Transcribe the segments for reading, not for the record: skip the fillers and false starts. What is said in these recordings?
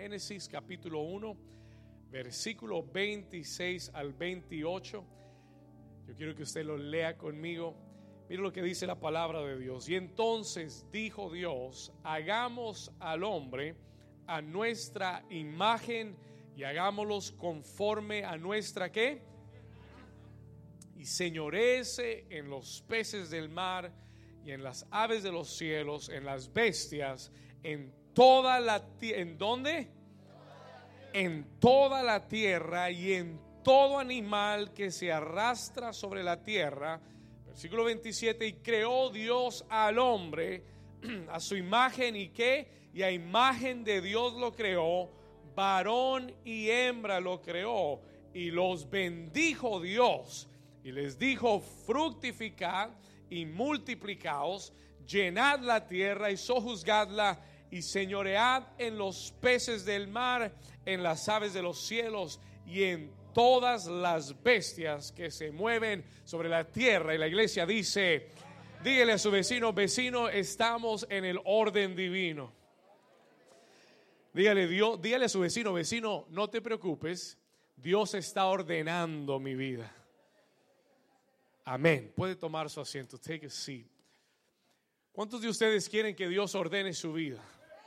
Génesis capítulo 1, versículo 26 al 28. Yo quiero que usted lo lea conmigo. Mire lo que dice la palabra de Dios. Y entonces dijo Dios: hagamos al hombre a nuestra imagen y hagámoslos conforme a nuestra ¿qué? Y señoreese en los peces del mar y en las aves de los cielos, en las bestias, en toda la tierra. ¿En dónde? En toda la tierra y en todo animal que se arrastra sobre la tierra. Versículo 27. Y creó Dios al hombre a su imagen y ¿qué? Y a imagen de Dios lo creó, varón y hembra lo creó, y los bendijo Dios y les dijo: fructificad y multiplicaos, llenad la tierra y sojuzgadla, y señoread en los peces del mar, en las aves de los cielos y en todas las bestias que se mueven sobre la tierra. Y la iglesia dice: dígale a su vecino: vecino, estamos en el orden divino. Dígale a su vecino: vecino, no te preocupes, Dios está ordenando mi vida. Amén. Puede tomar su asiento. Take a seat. ¿Cuántos de ustedes quieren que Dios ordene su vida?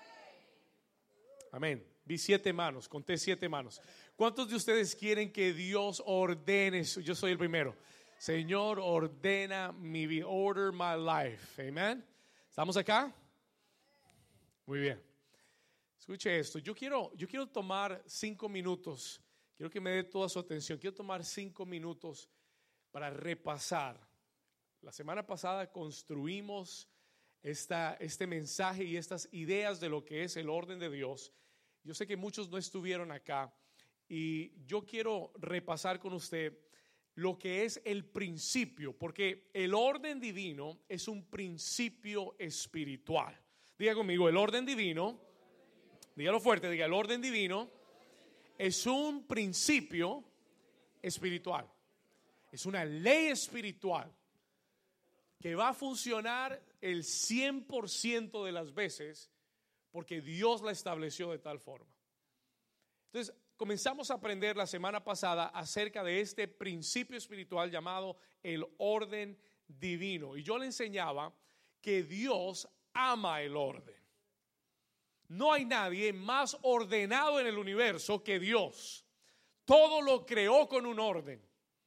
Amén. Vi 7 manos, conté 7 manos. ¿Cuántos de ustedes quieren que Dios ordene su? Yo soy el primero. Señor, ordena mi vida. Order my life. Amén. ¿Estamos acá? Muy bien. Escuche esto. Yo quiero tomar 5 minutos. Quiero que me dé toda su atención. Quiero tomar 5 minutos para repasar. La semana pasada construimos este mensaje y estas ideas de lo que es el orden de Dios. Yo sé que muchos no estuvieron acá y yo quiero repasar con usted lo que es el principio, porque el orden divino es un principio espiritual. Diga conmigo: el orden divino, dígalo fuerte, diga: el orden divino es un principio espiritual. Es una ley espiritual que va a funcionar el 100% de las veces porque Dios la estableció de tal forma. Entonces, comenzamos a aprender la semana pasada acerca de este principio espiritual llamado el orden divino. Y yo le enseñaba que Dios ama el orden. No hay nadie más ordenado en el universo que Dios. Todo lo creó con un orden.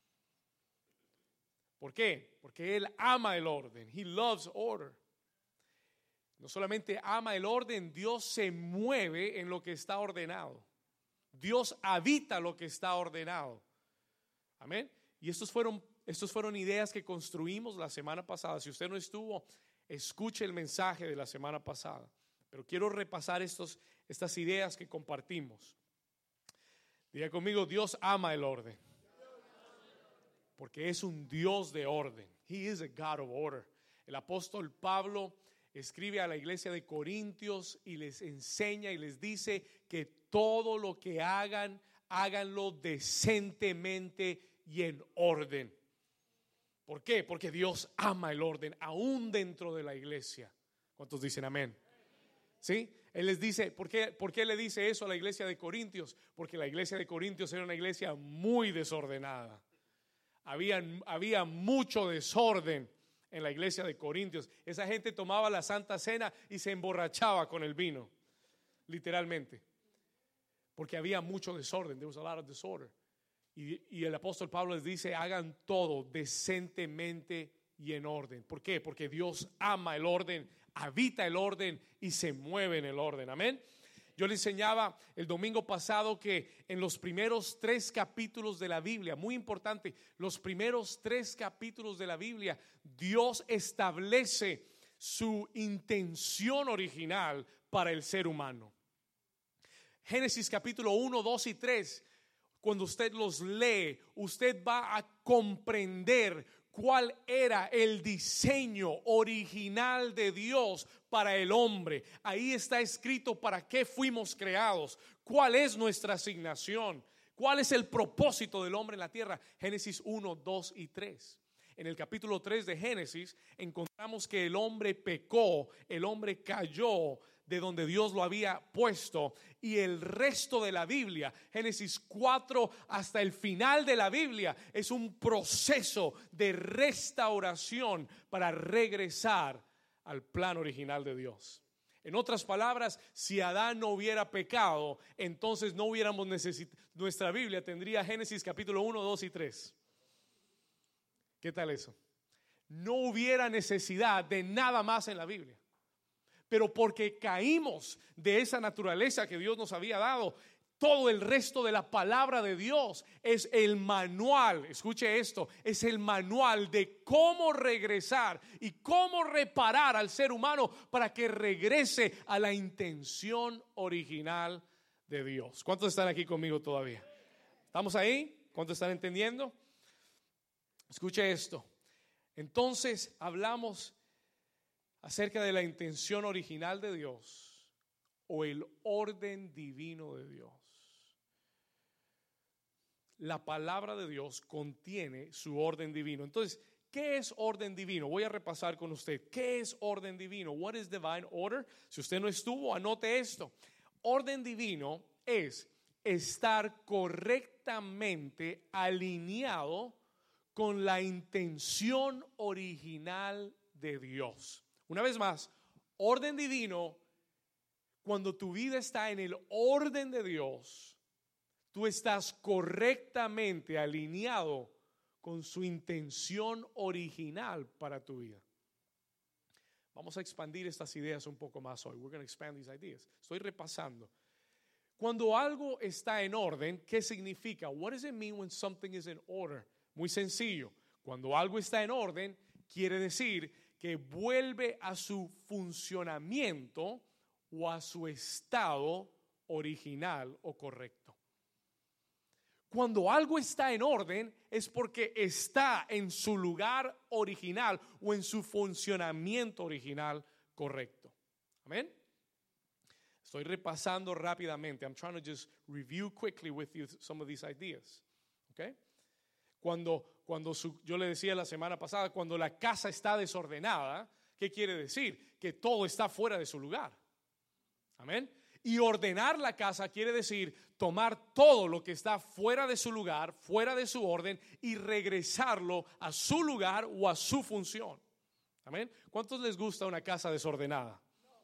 ¿Por qué? Porque Él ama el orden. He loves order. No solamente ama el orden, Dios se mueve en lo que está ordenado. Dios habita lo que está ordenado. Amén. Y estos fueron ideas que construimos la semana pasada. Si usted no estuvo, escuche el mensaje de la semana pasada. Pero quiero repasar estas ideas que compartimos. Diga conmigo: Dios ama el orden. Porque es un Dios de orden. He is a God of order. El apóstol Pablo escribe a la iglesia de Corintios y les enseña y les dice que todo lo que hagan, háganlo decentemente y en orden. ¿Por qué? Porque Dios ama el orden, aún dentro de la iglesia. ¿Cuántos dicen amén? ¿Sí? Él les dice, ¿por qué le dice eso a la iglesia de Corintios? Porque la iglesia de Corintios era una iglesia muy desordenada. Había mucho desorden en la iglesia de Corintios. Esa gente tomaba la Santa Cena y se emborrachaba con el vino, literalmente, porque había mucho desorden. There was a lot of disorder. Y el apóstol Pablo les dice: hagan todo decentemente y en orden. ¿Por qué? Porque Dios ama el orden, habita el orden y se mueve en el orden. Amén. Yo le enseñaba el domingo pasado que en los primeros 3 capítulos de la Biblia, muy importante, los primeros 3 capítulos de la Biblia, Dios establece su intención original para el ser humano. Génesis capítulo 1, 2 y 3, cuando usted los lee, usted va a comprender cuál era el diseño original de Dios para el hombre. Ahí está escrito para qué fuimos creados, cuál es nuestra asignación, cuál es el propósito del hombre en la tierra. Génesis 1, 2 y 3. En el capítulo 3 de Génesis encontramos que el hombre pecó, el hombre cayó de donde Dios lo había puesto, y el resto de la Biblia, Génesis 4 hasta el final de la Biblia, es un proceso de restauración para regresar al plan original de Dios. En otras palabras, si Adán no hubiera pecado, entonces no hubiéramos necesitado, nuestra Biblia tendría Génesis capítulo 1, 2 y 3. ¿Qué tal eso? No hubiera necesidad de nada más en la Biblia. Pero porque caímos de esa naturaleza que Dios nos había dado, todo el resto de la palabra de Dios es el manual, escuche esto, es el manual de cómo regresar y cómo reparar al ser humano para que regrese a la intención original de Dios. ¿Cuántos están aquí conmigo todavía? ¿Estamos ahí? ¿Cuántos están entendiendo? Escuche esto. Entonces hablamos acerca de la intención original de Dios o el orden divino de Dios. La palabra de Dios contiene su orden divino. Entonces, ¿qué es orden divino? Voy a repasar con usted. ¿Qué es orden divino? What is divine order? Si usted no estuvo, anote esto. Orden divino es estar correctamente alineado con la intención original de Dios. Una vez más, orden divino, cuando tu vida está en el orden de Dios, tú estás correctamente alineado con su intención original para tu vida. Vamos a expandir estas ideas un poco más hoy. We're going to expand these ideas. Estoy repasando. Cuando algo está en orden, ¿qué significa? What does it mean when something is in order? Muy sencillo. Cuando algo está en orden, quiere decir que vuelve a su funcionamiento o a su estado original o correcto. Cuando algo está en orden es porque está en su lugar original o en su funcionamiento original correcto. Amén. Estoy repasando rápidamente. I'm trying to just review quickly with you some of these ideas. Okay? Yo le decía la semana pasada, cuando la casa está desordenada, ¿qué quiere decir? Que todo está fuera de su lugar. Amén. Y ordenar la casa quiere decir tomar todo lo que está fuera de su lugar, fuera de su orden, y regresarlo a su lugar o a su función. Amén. ¿Cuántos les gusta una casa desordenada?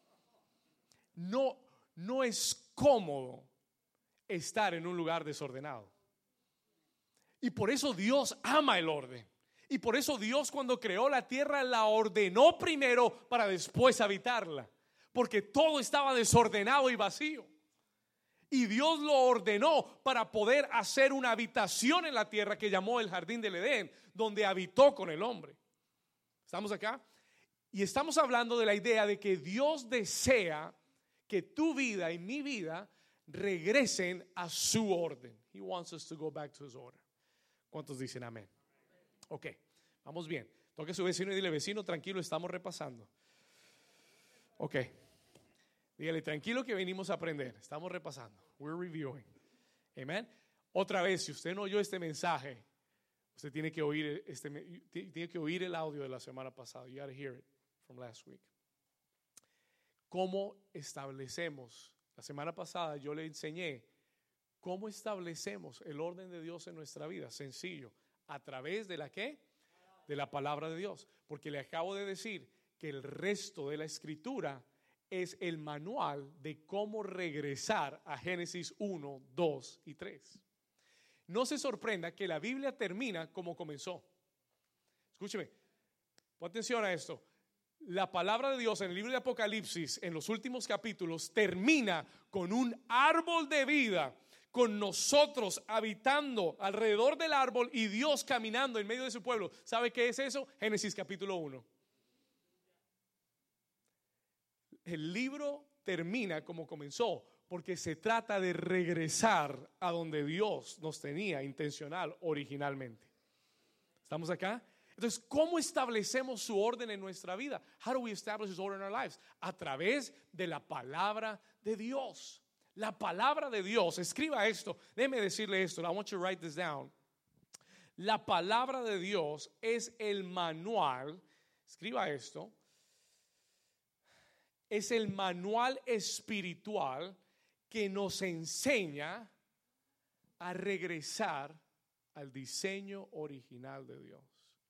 No es cómodo estar en un lugar desordenado. Y por eso Dios ama el orden. Y por eso Dios, cuando creó la tierra, la ordenó primero para después habitarla. Porque todo estaba desordenado y vacío. Y Dios lo ordenó para poder hacer una habitación en la tierra que llamó el Jardín del Edén, donde habitó con el hombre. ¿Estamos acá? Y estamos hablando de la idea de que Dios desea que tu vida y mi vida regresen a su orden. He wants us to go back to his order. ¿Cuántos dicen amén? Ok, vamos bien. Toque a su vecino y dile: vecino, tranquilo, estamos repasando. Ok, dígale: tranquilo, que venimos a aprender. Estamos repasando. We're reviewing. Amen. Otra vez, si usted no oyó este mensaje, usted tiene que oír el audio de la semana pasada. You got to hear it from last week. ¿Cómo establecemos? La semana pasada yo le enseñé cómo establecemos el orden de Dios en nuestra vida. Sencillo, a través de la ¿qué? De la palabra de Dios. Porque le acabo de decir que el resto de la escritura es el manual de cómo regresar a Génesis 1, 2 y 3. No se sorprenda que la Biblia termina como comenzó. Escúcheme, pon atención a esto. La palabra de Dios en el libro de Apocalipsis, en los últimos capítulos, termina con un árbol de vida, con nosotros habitando alrededor del árbol y Dios caminando en medio de su pueblo. ¿Sabe qué es eso? Génesis capítulo 1. El libro termina como comenzó, porque se trata de regresar a donde Dios nos tenía intencional originalmente. ¿Estamos acá? Entonces, ¿cómo establecemos su orden en nuestra vida? How do we establish his order in our lives? A través de la palabra de Dios. La palabra de Dios, escriba esto, déjeme decirle esto, I want you to write this down. La palabra de Dios es el manual, escriba esto, es el manual espiritual que nos enseña a regresar al diseño original de Dios.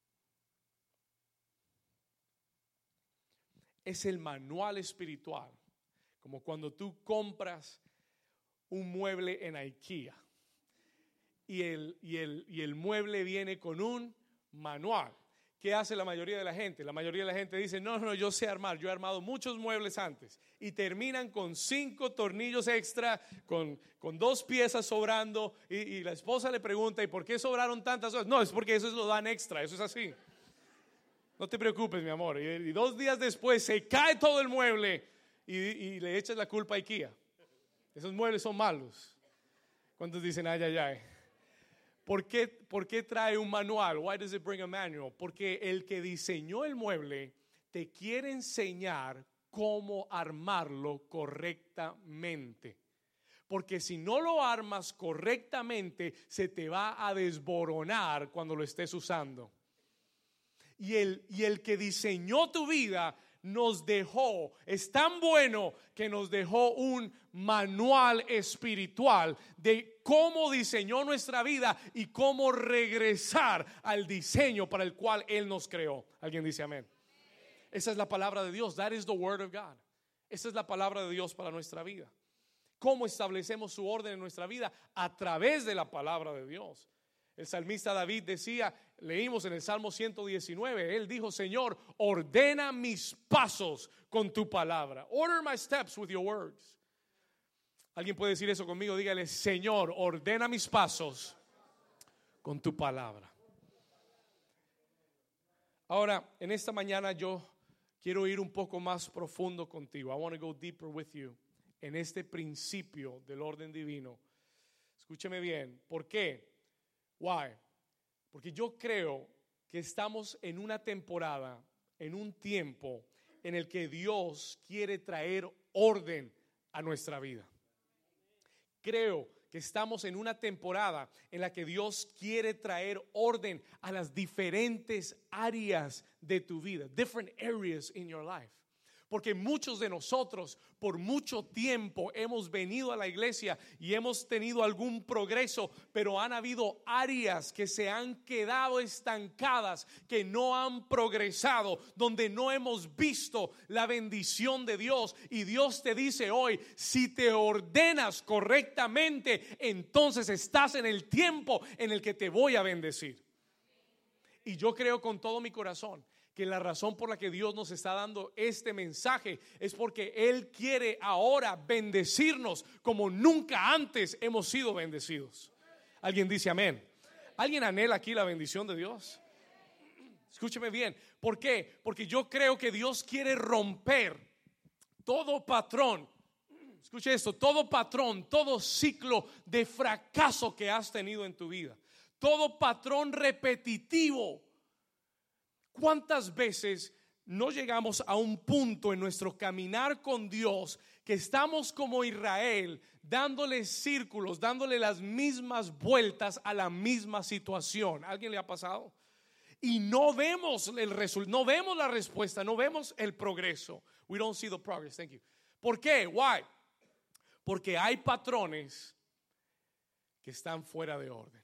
Es el manual espiritual, como cuando tú compras un mueble en IKEA y el mueble viene con un manual. ¿Qué hace la mayoría de la gente? La mayoría de la gente dice, no, yo sé armar, yo he armado muchos muebles antes, y terminan con 5 tornillos extra, con 2 piezas sobrando, y la esposa le pregunta, ¿y por qué sobraron tantas cosas? No, es porque eso lo dan extra, eso es así. No te preocupes, mi amor. Y 2 días después se cae todo el mueble y le echas la culpa a IKEA. Esos muebles son malos. ¿Cuántos dicen ay? ¿Por qué trae un manual? Why does it bring a manual? Porque el que diseñó el mueble te quiere enseñar cómo armarlo correctamente. Porque si no lo armas correctamente, se te va a desboronar cuando lo estés usando. Y el que diseñó tu vida nos dejó, es tan bueno que nos dejó un manual espiritual de cómo diseñó nuestra vida y cómo regresar al diseño para el cual Él nos creó. ¿Alguien dice amén? Esa es la palabra de Dios. That is the word of God. Esa es la palabra de Dios para nuestra vida. ¿Cómo establecemos su orden en nuestra vida? A través de la palabra de Dios. El salmista David decía, leímos en el Salmo 119, él dijo, Señor, ordena mis pasos con tu palabra. Order my steps with your words. ¿Alguien puede decir eso conmigo? Dígale, Señor, ordena mis pasos con tu palabra. Ahora, en esta mañana yo quiero ir un poco más profundo contigo. I want to go deeper with you en este principio del orden divino. Escúcheme bien, ¿por qué? Why? Porque yo creo que estamos en una temporada, en un tiempo en el que Dios quiere traer orden a nuestra vida. Creo que estamos en una temporada en la que Dios quiere traer orden a las diferentes áreas de tu vida, different areas in your life. Porque muchos de nosotros por mucho tiempo hemos venido a la iglesia y hemos tenido algún progreso, pero han habido áreas que se han quedado estancadas, que no han progresado, donde no hemos visto la bendición de Dios. Y Dios te dice hoy, si te ordenas correctamente, entonces estás en el tiempo en el que te voy a bendecir. Y yo creo con todo mi corazón que la razón por la que Dios nos está dando este mensaje es porque Él quiere ahora bendecirnos como nunca antes hemos sido bendecidos. ¿Alguien dice amén? ¿Alguien anhela aquí la bendición de Dios? Escúcheme bien. ¿Por qué? Porque yo creo que Dios quiere romper todo patrón. Escuche esto, todo patrón, todo ciclo de fracaso que has tenido en tu vida, todo patrón repetitivo. ¿Cuántas veces no llegamos a un punto en nuestro caminar con Dios que estamos como Israel, dándole círculos, dándole las mismas vueltas a la misma situación? ¿A alguien le ha pasado? Y no vemos el resultado, no vemos la respuesta, no vemos el progreso. We don't see the progress. Thank you. ¿Por qué? Why? Porque hay patrones que están fuera de orden.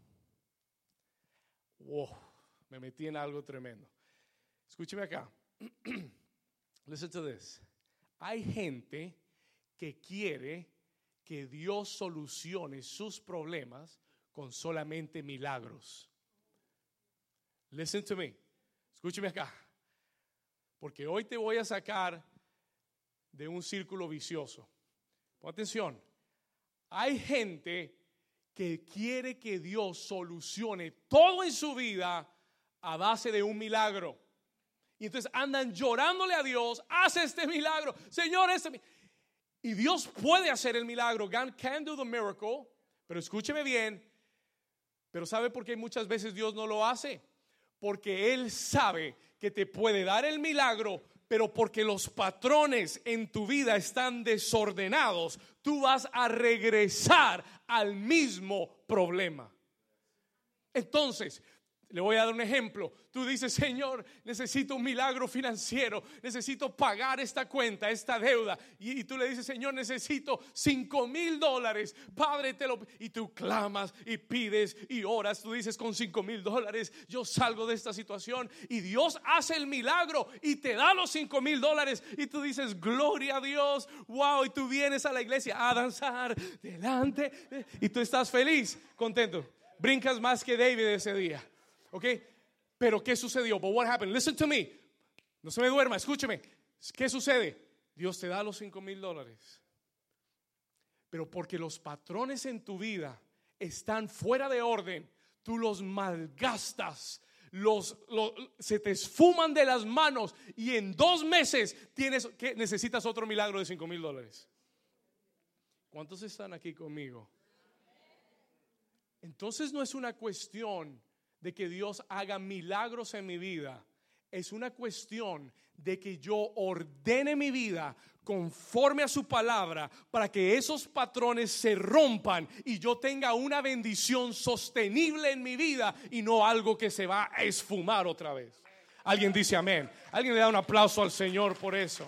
Wow. Me metí en algo tremendo. Escúcheme acá. Listen to this. Hay gente que quiere que Dios solucione sus problemas con solamente milagros. Listen to me. Escúcheme acá. Porque hoy te voy a sacar de un círculo vicioso. Pon atención. Hay gente que quiere que Dios solucione todo en su vida a base de un milagro. Y entonces andan llorándole a Dios, hace este milagro, Señor, y Dios puede hacer el milagro. God can do the miracle. Pero escúcheme bien, pero ¿sabe por qué muchas veces Dios no lo hace? Porque Él sabe que te puede dar el milagro, pero porque los patrones en tu vida están desordenados, tú vas a regresar al mismo problema. Entonces, Le voy a dar un ejemplo. Tú dices, Señor, necesito un milagro financiero, necesito pagar esta cuenta, esta deuda. Y tú le dices, Señor, necesito $5,000. Padre, y tú clamas y pides y oras. Tú dices, con $5,000 yo salgo de esta situación. Y Dios hace el milagro y te da los $5,000. Y tú dices, gloria a Dios. Wow, y tú vienes a la iglesia a danzar delante. Y tú estás feliz, contento. Brincas más que David ese día. ¿Ok? Pero ¿qué sucedió? But what happened? Listen to me. No se me duerma, escúcheme. ¿Qué sucede? Dios te da los $5,000. Pero porque los patrones en tu vida están fuera de orden, tú los malgastas, se te esfuman de las manos y en 2 meses necesitas otro milagro de $5,000. ¿Cuántos están aquí conmigo? Entonces no es una cuestión de que Dios haga milagros en mi vida. Es una cuestión de que yo ordene mi vida conforme a su palabra para que esos patrones se rompan y yo tenga una bendición sostenible en mi vida y no algo que se va a esfumar otra vez. Alguien dice amén. Alguien le da un aplauso al Señor por eso.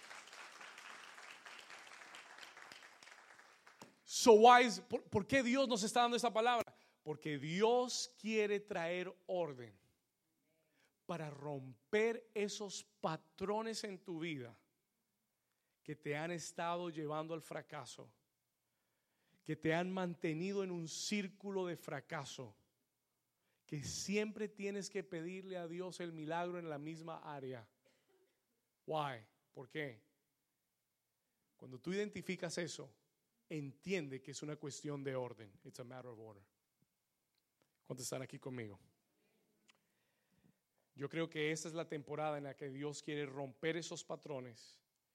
¿Por qué Dios nos está dando esta palabra? Porque Dios quiere traer orden para romper esos patrones en tu vida que te han estado llevando al fracaso, que te han mantenido en un círculo de fracaso, que siempre tienes que pedirle a Dios el milagro en la misma área. Why? ¿Por qué? Cuando tú identificas eso, entiende que es una cuestión de orden. It's a matter of order. ¿Cuántos están aquí conmigo? Yo creo que esta es la temporada en la que Dios quiere romper esos patrones.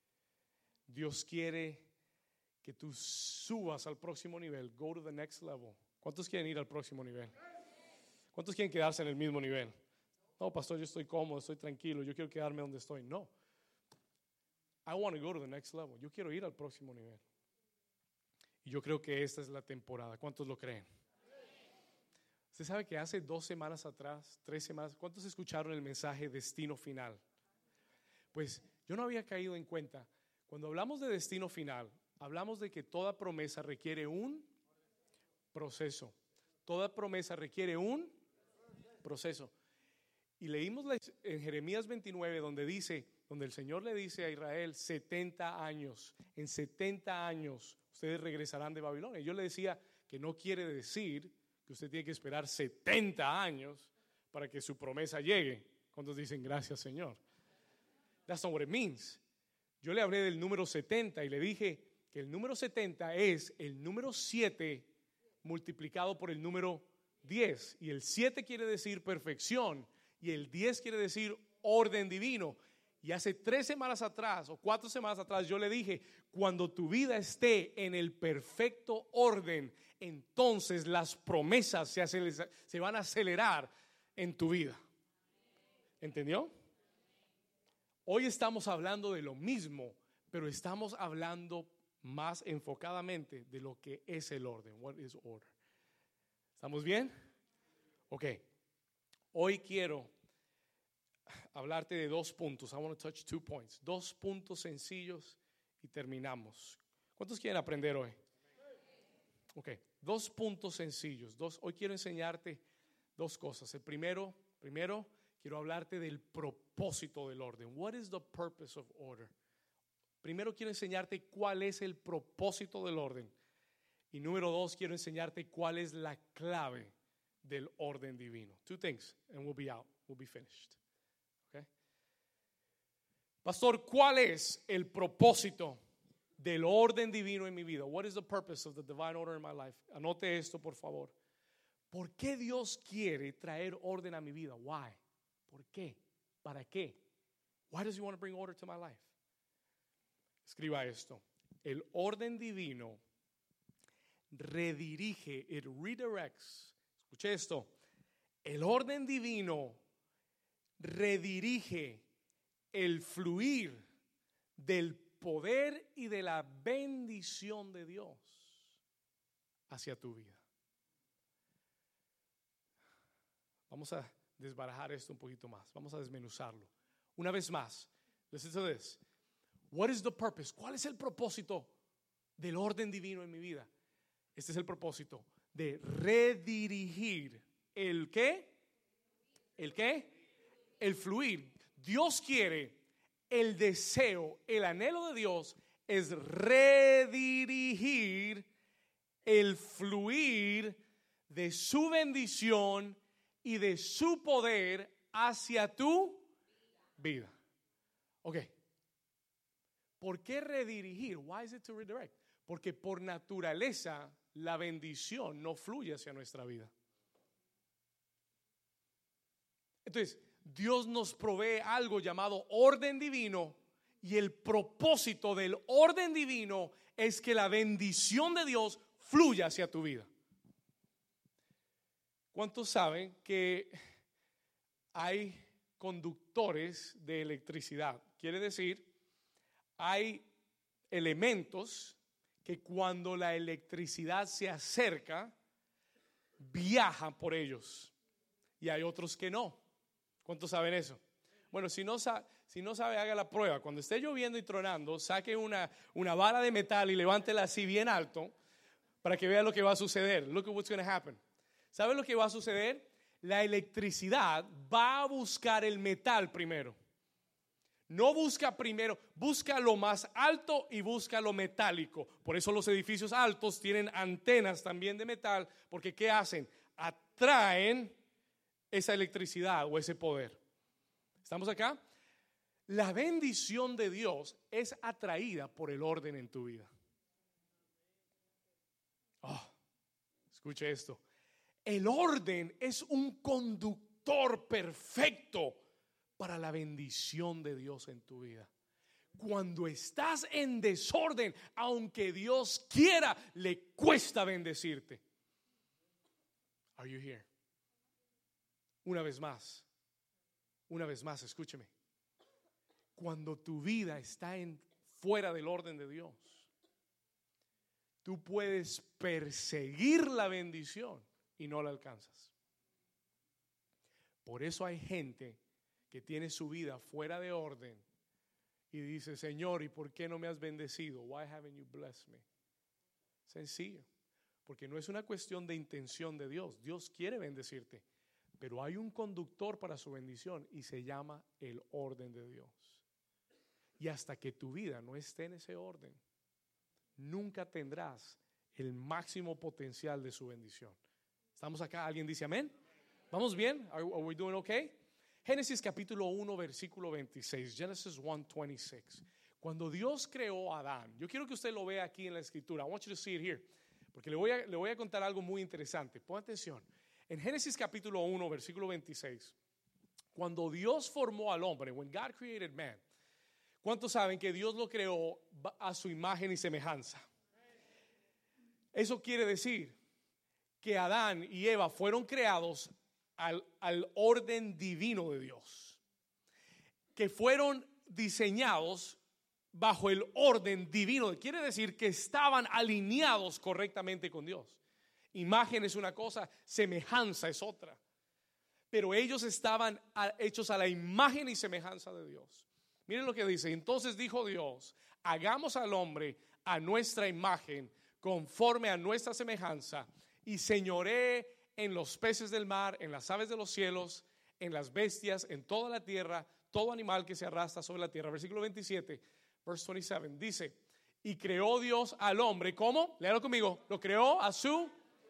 Dios quiere que tú subas al próximo nivel. Go to the next level. ¿Cuántos quieren ir al próximo nivel? ¿Cuántos quieren quedarse en el mismo nivel? No, pastor, yo estoy cómodo, estoy tranquilo, yo quiero quedarme donde estoy. No. I want to go to the next level. Yo quiero ir al próximo nivel. Y yo creo que esta es la temporada. ¿Cuántos lo creen? Usted sabe que hace 2 semanas atrás, 3 semanas, ¿cuántos escucharon el mensaje Destino Final? Pues yo no había caído en cuenta. Cuando hablamos de destino final, hablamos de que toda promesa requiere un proceso. Toda promesa requiere un proceso. Y leímos en Jeremías 29 donde el Señor le dice a Israel 70 años. En 70 años ustedes regresarán de Babilonia. Y yo le decía que no quiere decir que usted tiene que esperar 70 años para que su promesa llegue. ¿Cuántos dicen gracias, Señor? That's not what it means. Yo le hablé del número 70 y le dije que el número 70 es el número 7 multiplicado por el número 10. Y el 7 quiere decir perfección y el 10 quiere decir orden divino. Y hace 3 semanas atrás o 4 semanas atrás yo le dije, cuando tu vida esté en el perfecto orden, entonces las promesas se van a acelerar en tu vida. ¿Entendió? Hoy estamos hablando de lo mismo, pero estamos hablando más enfocadamente de lo que es el orden. What is order? ¿Estamos bien? Ok. Hoy quiero hablarte de 2 puntos. I want to touch 2 points. 2 puntos sencillos y terminamos. ¿Cuántos quieren aprender hoy? Ok. 2 puntos sencillos. Hoy quiero enseñarte 2 cosas. El primero, quiero hablarte del propósito del orden. What is the purpose of order? Primero quiero enseñarte cuál es el propósito del orden. Y número 2, quiero enseñarte cuál es la clave del orden divino. 2 things and we'll be out. We'll be finished. Okay? Pastor, ¿cuál es el propósito del orden divino en mi vida? What is the purpose of the divine order in my life? Anote esto, por favor. ¿Por qué Dios quiere traer orden a mi vida? Why? ¿Por qué? ¿Para qué? Why does he want to bring order to my life? Escriba esto. El orden divino redirige, it redirects. Escuche esto. El orden divino redirige el fluir del poder y de la bendición de Dios hacia tu vida. Vamos a desbarajar esto un poquito más. Vamos a desmenuzarlo. Una vez más, listen to this. What is the purpose? ¿Cuál es el propósito del orden divino en mi vida? Este es el propósito de redirigir ¿el qué? ¿El qué? El fluir. Dios quiere, el deseo, el anhelo de Dios es redirigir el fluir de su bendición y de su poder hacia tu vida. Ok. ¿Por qué redirigir? Why is it to redirect? Porque por naturaleza la bendición no fluye hacia nuestra vida. Entonces, Dios nos provee algo llamado orden divino, y el propósito del orden divino es que la bendición de Dios fluya hacia tu vida. ¿Cuántos saben que hay conductores de electricidad? Quiere decir, hay elementos que cuando la electricidad se acerca, viajan por ellos, y hay otros que no. ¿Cuántos saben eso? Bueno, si no sabe, haga la prueba. Cuando esté lloviendo y tronando, saque una vara de metal y levántela así bien alto para que vea lo que va a suceder. Look at what's going to happen. ¿Sabe lo que va a suceder? La electricidad va a buscar el metal primero. No busca primero, busca lo más alto y busca lo metálico. Por eso los edificios altos tienen antenas también de metal, porque ¿qué hacen? Atraen esa electricidad o ese poder. ¿Estamos acá? La bendición de Dios es atraída por el orden en tu vida. Escuche esto. El orden es un conductor perfecto para la bendición de Dios en tu vida. Cuando estás en desorden, aunque Dios quiera, le cuesta bendecirte. Are you here? Una vez más, escúcheme. Cuando tu vida está fuera del orden de Dios, tú puedes perseguir la bendición y no la alcanzas. Por eso hay gente que tiene su vida fuera de orden y dice: Señor, ¿y por qué no me has bendecido? Why haven't you blessed me? Sencillo, porque no es una cuestión de intención de Dios. Dios quiere bendecirte, pero hay un conductor para su bendición y se llama el orden de Dios. Y hasta que tu vida no esté en ese orden, nunca tendrás el máximo potencial de su bendición. ¿Estamos acá? ¿Alguien dice amén? ¿Vamos bien? Are we doing okay? Génesis capítulo 1 versículo 26. Genesis 1:26. Cuando Dios creó a Adán, yo quiero que usted lo vea aquí en la escritura. I want you to see it here, porque le voy a contar algo muy interesante. Pon atención. En Génesis capítulo 1 versículo 26, cuando Dios formó al hombre, when God created man, ¿cuántos saben que Dios lo creó a su imagen y semejanza? Eso quiere decir que Adán y Eva fueron creados al orden divino de Dios, que fueron diseñados bajo el orden divino. Quiere decir que estaban alineados correctamente con Dios. Imagen es una cosa, semejanza es otra. Pero ellos estaban hechos a la imagen y semejanza de Dios. Miren lo que dice: entonces dijo Dios, hagamos al hombre a nuestra imagen, conforme a nuestra semejanza, y señoree en los peces del mar, en las aves de los cielos, en las bestias, en toda la tierra, todo animal que se arrastra sobre la tierra. Versículo 27, verse 27, dice: y creó Dios al hombre, ¿cómo? Léalo conmigo. Lo creó a su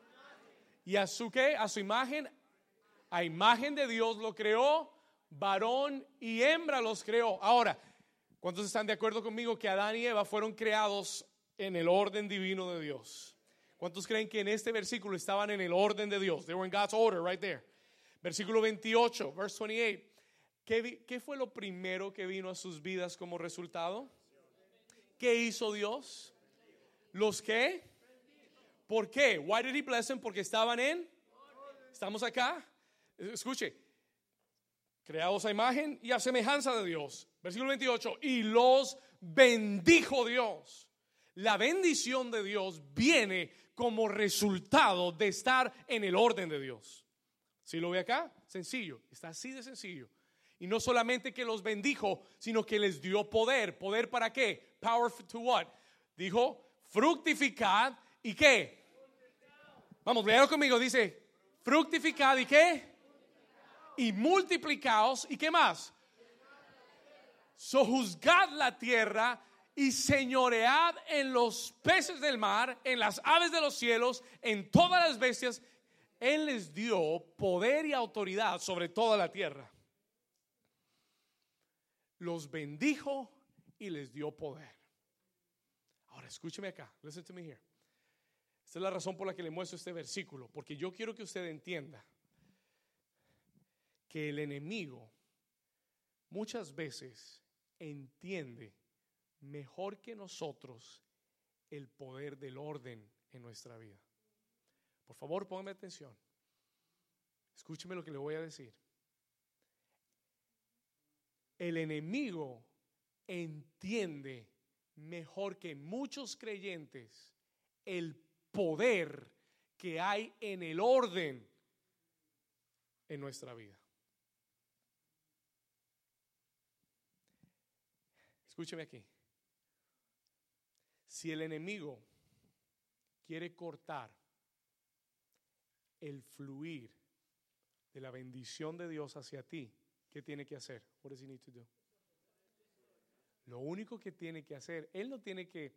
y a su ¿qué? A su imagen. A imagen de Dios lo creó, varón y hembra los creó. Ahora, ¿cuántos están de acuerdo conmigo que Adán y Eva fueron creados en el orden divino de Dios? ¿Cuántos creen que en este versículo estaban en el orden de Dios? They were in God's order right there. Versículo 28, verse 28. ¿Qué fue lo primero que vino a sus vidas como resultado? ¿Qué hizo Dios? ¿Los qué? ¿Por qué? Why did he bless them? Porque estaban ¿estamos acá? Escuche, creados a imagen y a semejanza de Dios. Versículo 28, y los bendijo Dios. La bendición de Dios viene como resultado de estar en el orden de Dios. ¿Sí lo ve acá? Sencillo, está así de sencillo. Y no solamente que los bendijo, sino que les dio poder. ¿Poder para qué? Power to what? Dijo, fructificad y ¿qué? Vamos, léalo conmigo, dice, fructificad y ¿qué? Y multiplicaos y ¿qué más? Sojuzgad la tierra y señoread en los peces del mar, en las aves de los cielos, en todas las bestias. Él les dio poder y autoridad sobre toda la tierra. Los bendijo y les dio poder. Ahora escúcheme acá. Listen to me here. Esta es la razón por la que le muestro este versículo, porque yo quiero que usted entienda que el enemigo muchas veces entiende mejor que nosotros el poder del orden en nuestra vida. Por favor, póngame atención. Escúcheme lo que le voy a decir. El enemigo entiende mejor que muchos creyentes el poder que hay en el orden en nuestra vida. Escúcheme aquí. Si el enemigo quiere cortar el fluir de la bendición de Dios hacia ti, ¿qué tiene que hacer? What does he need to do? Lo único que tiene que hacer, él no tiene que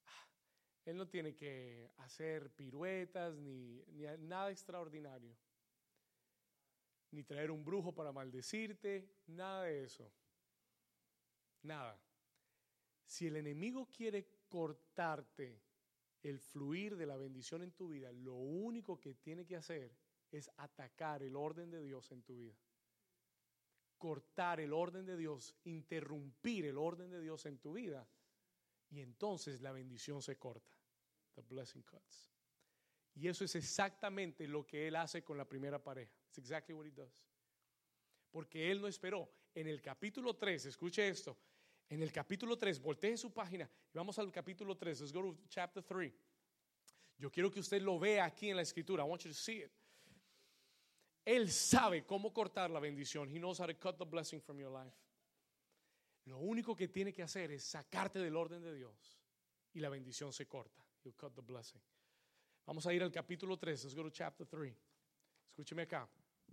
hacer piruetas ni nada extraordinario, ni traer un brujo para maldecirte, nada de eso. Nada. Si el enemigo quiere cortarte el fluir de la bendición en tu vida, lo único que tiene que hacer es atacar el orden de Dios en tu vida. Cortar el orden de Dios, interrumpir el orden de Dios en tu vida, y entonces la bendición se corta. The blessing cuts. Y eso es exactamente lo que él hace con la primera pareja. It's exactly what he does. Porque él no esperó. En el capítulo 3, escuche esto. En el capítulo 3, voltee su página y vamos al capítulo 3. Let's go to chapter 3. Yo quiero que usted lo vea aquí en la escritura. I want you to see it. Él sabe cómo cortar la bendición. He knows how to cut the blessing from your life. Lo único que tiene que hacer es sacarte del orden de Dios y la bendición se corta. He'll cut the blessing. Vamos a ir al capítulo 3. Let's go to chapter 3. Escúcheme acá.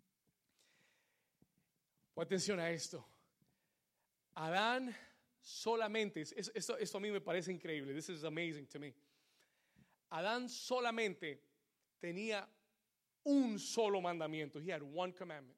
Pon atención a esto. Adán solamente, esto a mí me parece increíble. This is amazing to me. Adán solamente tenía un solo mandamiento. He had one commandment.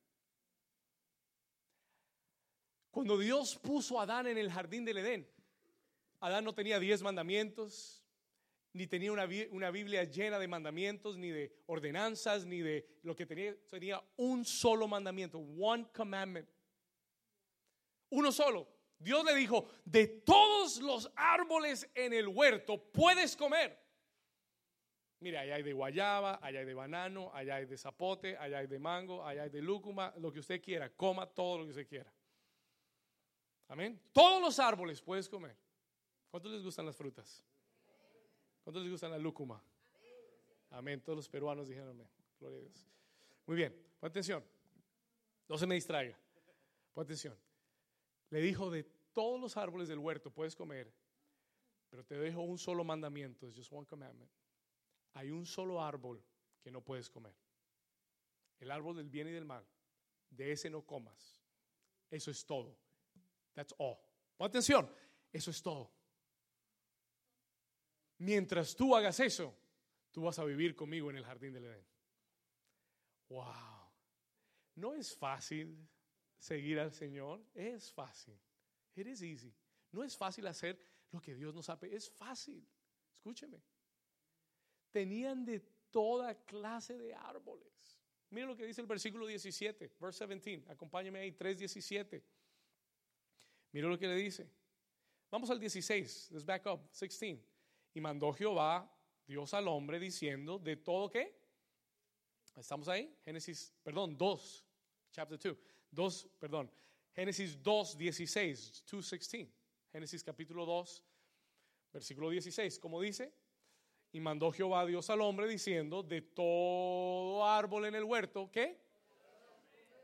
Cuando Dios puso a Adán en el jardín del Edén, Adán no tenía 10 mandamientos, ni tenía una Biblia llena de mandamientos, ni de ordenanzas, ni de lo que tenía un solo mandamiento, one commandment. Uno solo. Dios le dijo, de todos los árboles en el huerto puedes comer. Mira, allá hay de guayaba, allá hay de banano, allá hay de zapote, allá hay de mango, allá hay de lúcuma, lo que usted quiera, coma todo lo que usted quiera. Amén. Todos los árboles puedes comer. ¿Cuántos les gustan las frutas? ¿Cuántos les gustan la lúcuma? Amén. Todos los peruanos dijeron amén. Gloria a Dios. Muy bien, pon atención. No se me distraiga. Pon atención. Le dijo, de todos los árboles del huerto puedes comer, pero te dejo un solo mandamiento. It's just one commandment. Hay un solo árbol que no puedes comer. El árbol del bien y del mal. De ese no comas. Eso es todo. That's all. Pon atención. Eso es todo. Mientras tú hagas eso, tú vas a vivir conmigo en el jardín del Edén. Wow. No es fácil seguir al Señor. Es fácil. It is easy. No es fácil hacer lo que Dios nos ha pedido. Es fácil. Escúcheme. Tenían de toda clase de árboles. Miren lo que dice el versículo 17, verse 17. Acompáñame ahí, 3:17. Miren lo que le dice. Vamos al 16. Let's back up. 16. Y mandó Jehová, Dios al hombre, diciendo, ¿de todo qué? ¿Estamos ahí? Génesis, perdón, 2. Chapter 2. Génesis 2:16. 2:16. Génesis capítulo 2, versículo 16. ¿Cómo dice? Y mandó Jehová Dios al hombre diciendo, de todo árbol en el huerto, ¿qué?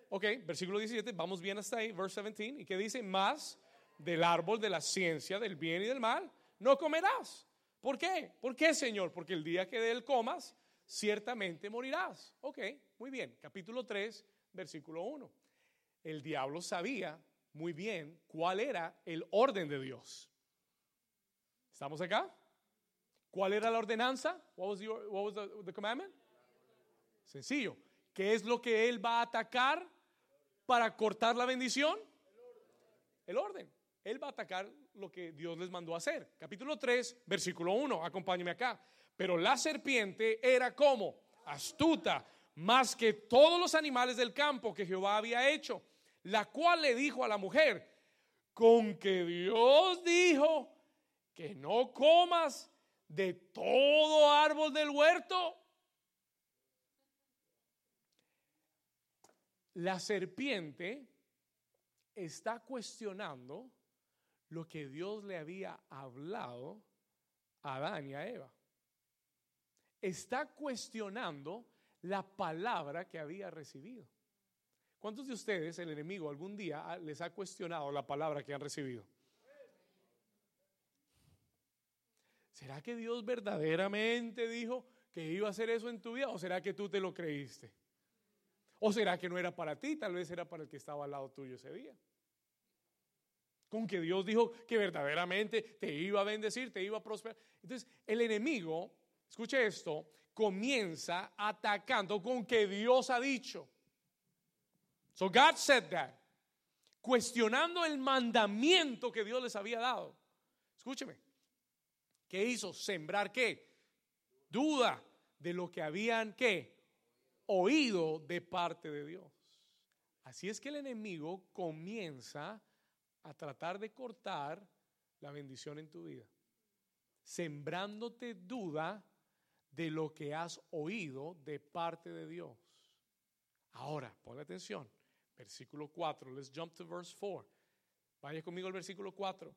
ok, versículo 17, vamos bien hasta ahí, verse 17, y que dice, más del árbol de la ciencia del bien y del mal no comerás. ¿Por qué? ¿Por qué, Señor? Porque el día que de él comas, ciertamente morirás. Ok, muy bien, capítulo 3, versículo 1. El diablo sabía muy bien cuál era el orden de Dios. ¿Estamos acá? ¿Cuál era la ordenanza? What was the commandment? Sencillo. ¿Qué es lo que él va a atacar para cortar la bendición? El orden. Él va a atacar lo que Dios les mandó a hacer. Capítulo 3, versículo 1. Acompáñeme acá. Pero la serpiente era como astuta, más que todos los animales del campo que Jehová había hecho, la cual le dijo a la mujer, con que Dios dijo que no comas de todo árbol del huerto. La serpiente está cuestionando lo que Dios le había hablado a Adán y a Eva. Está cuestionando la palabra que había recibido. ¿Cuántos de ustedes, el enemigo, algún día les ha cuestionado la palabra que han recibido? ¿Será que Dios verdaderamente dijo que iba a hacer eso en tu vida? ¿O será que tú te lo creíste? ¿O será que no era para ti? Tal vez era para el que estaba al lado tuyo ese día. Con que Dios dijo que verdaderamente te iba a bendecir, te iba a prosperar. Entonces el enemigo, escuche esto, comienza atacando con que Dios ha dicho. So God said that. Cuestionando el mandamiento que Dios les había dado. Escúcheme. ¿Qué hizo? Sembrar ¿qué? Duda de lo que habían ¿qué? Oído de parte de Dios. Así es que el enemigo comienza a tratar de cortar la bendición en tu vida, sembrándote duda de lo que has oído de parte de Dios. Ahora, ponle atención, versículo 4, let's jump to verse 4. Vaya conmigo al versículo 4.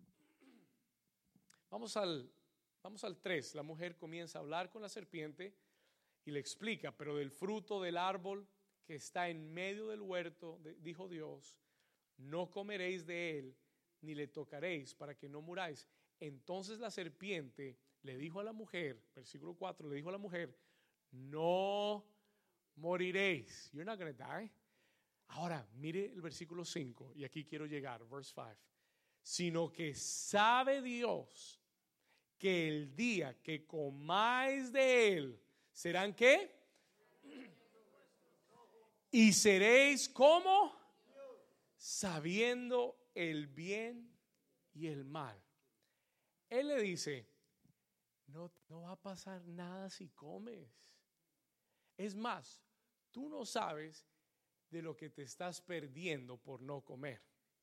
Vamos al 3. La mujer comienza a hablar con la serpiente y le explica, pero del fruto del árbol que está en medio del huerto, dijo Dios, no comeréis de él, ni le tocaréis para que no muráis. Entonces la serpiente le dijo a la mujer, versículo 4, le dijo a la mujer, no moriréis. You're not going to die. Ahora, mire el versículo 5, y aquí quiero llegar, verse 5. Sino que sabe Dios que el día que comáis de él, ¿serán qué? Y seréis como sabiendo el bien y el mal. Él le dice, no va a pasar nada si comes. Es más, tú no sabes de lo que te estás perdiendo por no comer.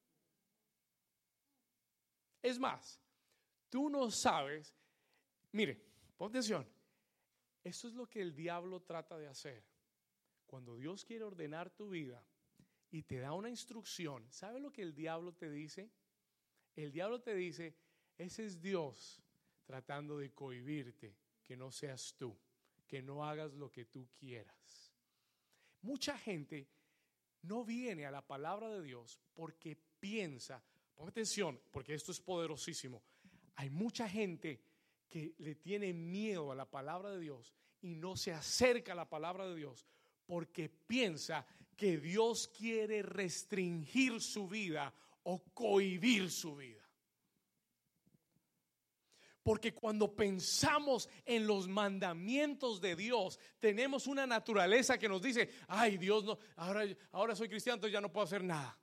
Es más, tú no sabes. Mire, pon atención. Esto es lo que el diablo trata de hacer. Cuando Dios quiere ordenar tu vida y te da una instrucción, ¿sabe lo que el diablo te dice? El diablo te dice, ese es Dios tratando de cohibirte, que no seas tú, que no hagas lo que tú quieras. Mucha gente no viene a la palabra de Dios porque piensa, pon atención, porque esto es poderosísimo. Hay mucha gente que le tiene miedo a la palabra de Dios y no se acerca a la palabra de Dios porque piensa que Dios quiere restringir su vida o cohibir su vida. Porque cuando pensamos en los mandamientos de Dios, tenemos una naturaleza que nos dice, ay, Dios no, ahora soy cristiano, entonces ya no puedo hacer nada.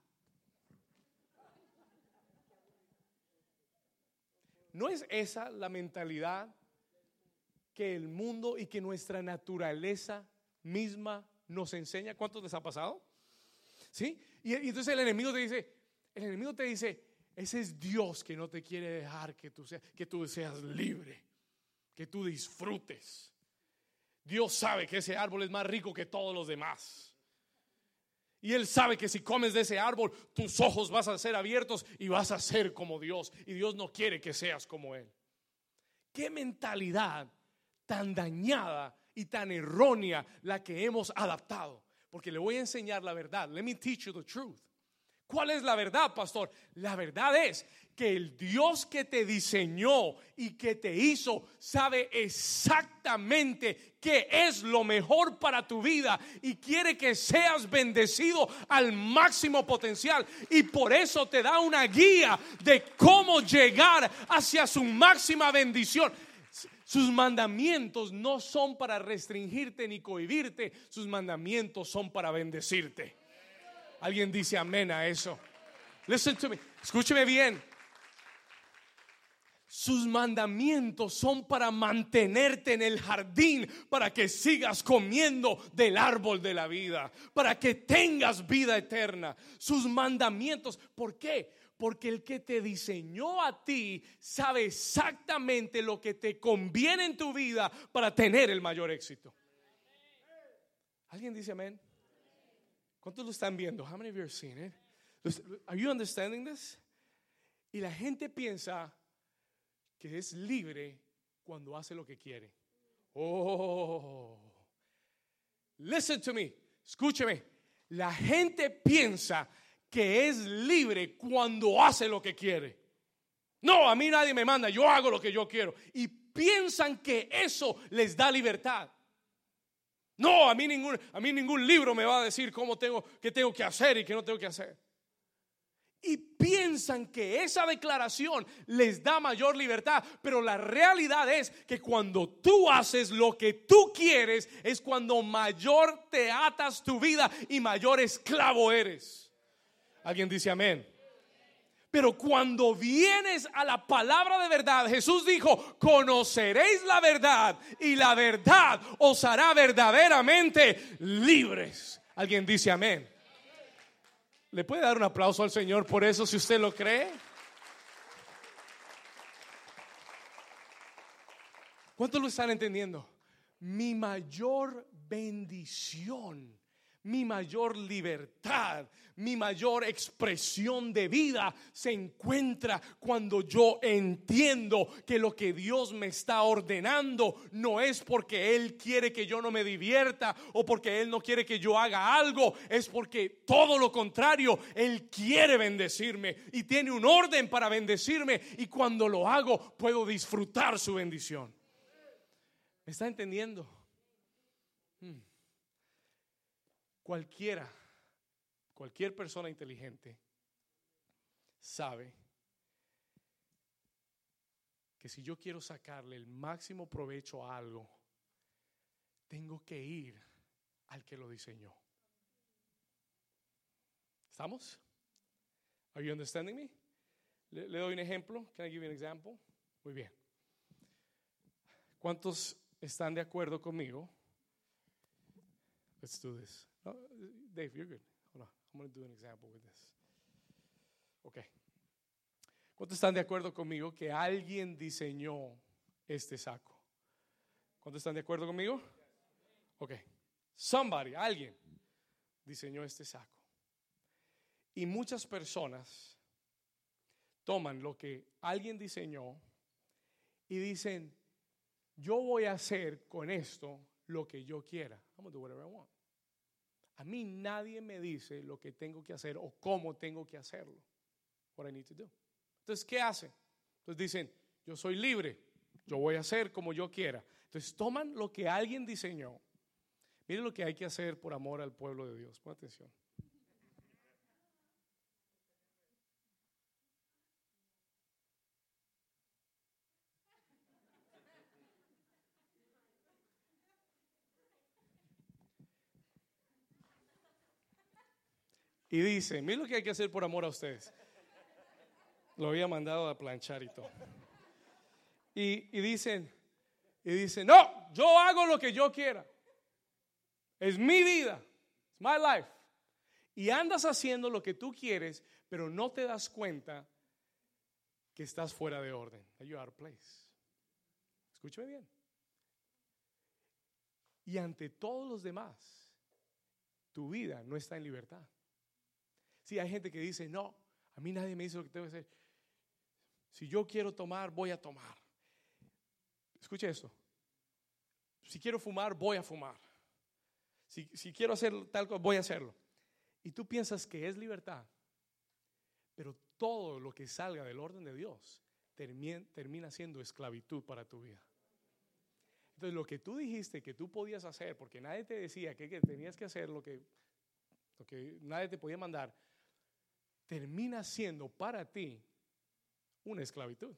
¿No es esa la mentalidad que el mundo y que nuestra naturaleza misma nos enseña? ¿Cuántos les ha pasado? ¿Sí? Y entonces el enemigo te dice, ese es Dios que no te quiere dejar que tú seas libre, que tú disfrutes. Dios sabe que ese árbol es más rico que todos los demás. Y Él sabe que si comes de ese árbol, tus ojos vas a ser abiertos y vas a ser como Dios. Y Dios no quiere que seas como Él. ¿Qué mentalidad tan dañada y tan errónea la que hemos adaptado? porque le voy a enseñar la verdad. Let me teach you the truth. ¿Cuál es la verdad, pastor? La verdad es que el Dios que te diseñó y que te hizo sabe exactamente qué es lo mejor para tu vida y quiere que seas bendecido al máximo potencial, y por eso te da una guía de cómo llegar hacia su máxima bendición. Sus mandamientos no son para restringirte ni cohibirte, sus mandamientos son para bendecirte. Alguien dice amén a eso. Listen to me. Escúcheme bien. Sus mandamientos son para mantenerte en el jardín, para que sigas comiendo del árbol de la vida, para que tengas vida eterna. Sus mandamientos, ¿por qué? Porque el que te diseñó a ti sabe exactamente lo que te conviene en tu vida para tener el mayor éxito. ¿Alguien dice amén? ¿Cuántos lo están viendo? How many of you are seeing it? Are you understanding this? Y la gente piensa que es libre cuando hace lo que quiere. Oh, listen to me. Escúcheme. La gente piensa que es libre cuando hace lo que quiere. No, a mí nadie me manda, yo hago lo que yo quiero. Y piensan que eso les da libertad. No, a mí ningún libro me va a decir qué tengo que hacer y qué no tengo que hacer. Y piensan que esa declaración les da mayor libertad, pero la realidad es que cuando tú haces lo que tú quieres es cuando mayor te atas tu vida y mayor esclavo eres. ¿Alguien dice amén? Pero cuando vienes a la palabra de verdad, Jesús dijo: conoceréis la verdad y la verdad os hará verdaderamente libres. ¿Alguien dice amén? ¿Le puede dar un aplauso al Señor por eso si usted lo cree? ¿Cuántos lo están entendiendo? Mi mayor bendición, mi mayor libertad, mi mayor expresión de vida se encuentra cuando yo entiendo que lo que Dios me está ordenando no es porque Él quiere que yo no me divierta o porque Él no quiere que yo haga algo, es porque todo lo contrario, Él quiere bendecirme y tiene un orden para bendecirme, y cuando lo hago puedo disfrutar su bendición. ¿Me está entendiendo? Cualquier persona inteligente sabe que si yo quiero sacarle el máximo provecho a algo, tengo que ir al que lo diseñó. ¿Estamos? Are you understanding me? Le doy un ejemplo. Can I give you an example? Muy bien. ¿Cuántos están de acuerdo conmigo? Let's do this. No, Dave, you're good. Hold on. I'm going to do an example with this. Okay. ¿Cuántos están de acuerdo conmigo que alguien diseñó este saco? ¿Cuántos están de acuerdo conmigo? Okay. Alguien diseñó este saco. Y muchas personas toman lo que alguien diseñó y dicen: yo voy a hacer con esto lo que yo quiera. I'm going to do whatever I want. A mí nadie me dice lo que tengo que hacer o cómo tengo que hacerlo. What I need to do. Entonces, ¿qué hacen? Entonces dicen: yo soy libre, yo voy a hacer como yo quiera. Entonces toman lo que alguien diseñó. Miren lo que hay que hacer por amor al pueblo de Dios. Pon atención. Y dice: miren lo que hay que hacer por amor a ustedes. Lo había mandado a planchar y todo. Y dicen, no, yo hago lo que yo quiera. Es mi vida. It's my life. Y andas haciendo lo que tú quieres, pero no te das cuenta que estás fuera de orden. You're out of place. Escúchame bien. Y ante todos los demás, tu vida no está en libertad. Sí, hay gente que dice: no, a mí nadie me dice lo que tengo que hacer. Si yo quiero tomar, voy a tomar. Escuche eso. Si quiero fumar, voy a fumar. Si quiero hacer tal cosa, voy a hacerlo. Y tú piensas que es libertad, pero todo lo que salga del orden de Dios termina siendo esclavitud para tu vida. Entonces lo que tú dijiste que tú podías hacer, porque nadie te decía que tenías que hacer lo que nadie te podía mandar, termina siendo para ti una esclavitud.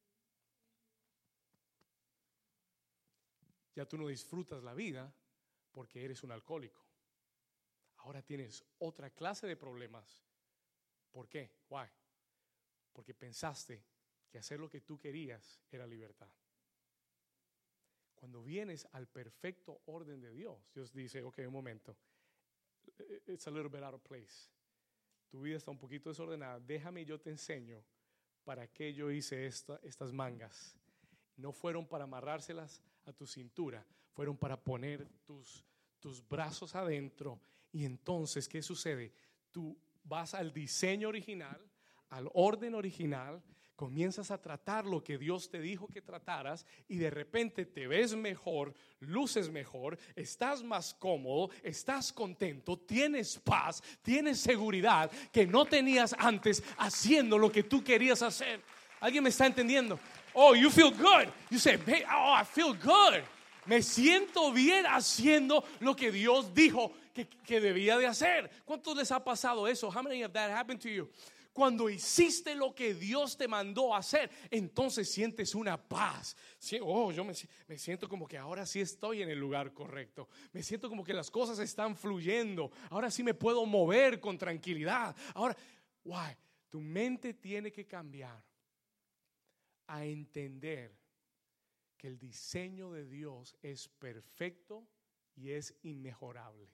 Ya tú no disfrutas la vida porque eres un alcohólico. Ahora tienes otra clase de problemas. ¿Por qué? Why? Porque pensaste que hacer lo que tú querías era libertad. Cuando vienes al perfecto orden de Dios, Dios dice, ok, un momento, it's a little bit out of place. Tu vida está un poquito desordenada. Déjame, yo te enseño para qué yo hice estas mangas. No fueron para amarrárselas a tu cintura, fueron para poner tus brazos adentro. Y entonces, ¿qué sucede? Tú vas al diseño original, al orden original, comienzas a tratar lo que Dios te dijo que trataras y de repente te ves mejor, luces mejor, estás más cómodo, estás contento, tienes paz, tienes seguridad que no tenías antes haciendo lo que tú querías hacer. ¿Alguien me está entendiendo? Oh, you feel good. You say, hey, oh, I feel good. Me siento bien haciendo lo que Dios dijo que debía de hacer. ¿Cuántos les ha pasado eso? How many of that happened to you? Cuando hiciste lo que Dios te mandó a hacer, entonces sientes una paz. Oh, yo me siento como que ahora sí estoy en el lugar correcto. Me siento como que las cosas están fluyendo. Ahora sí me puedo mover con tranquilidad. Ahora, why? Tu mente tiene que cambiar a entender que el diseño de Dios es perfecto y es inmejorable.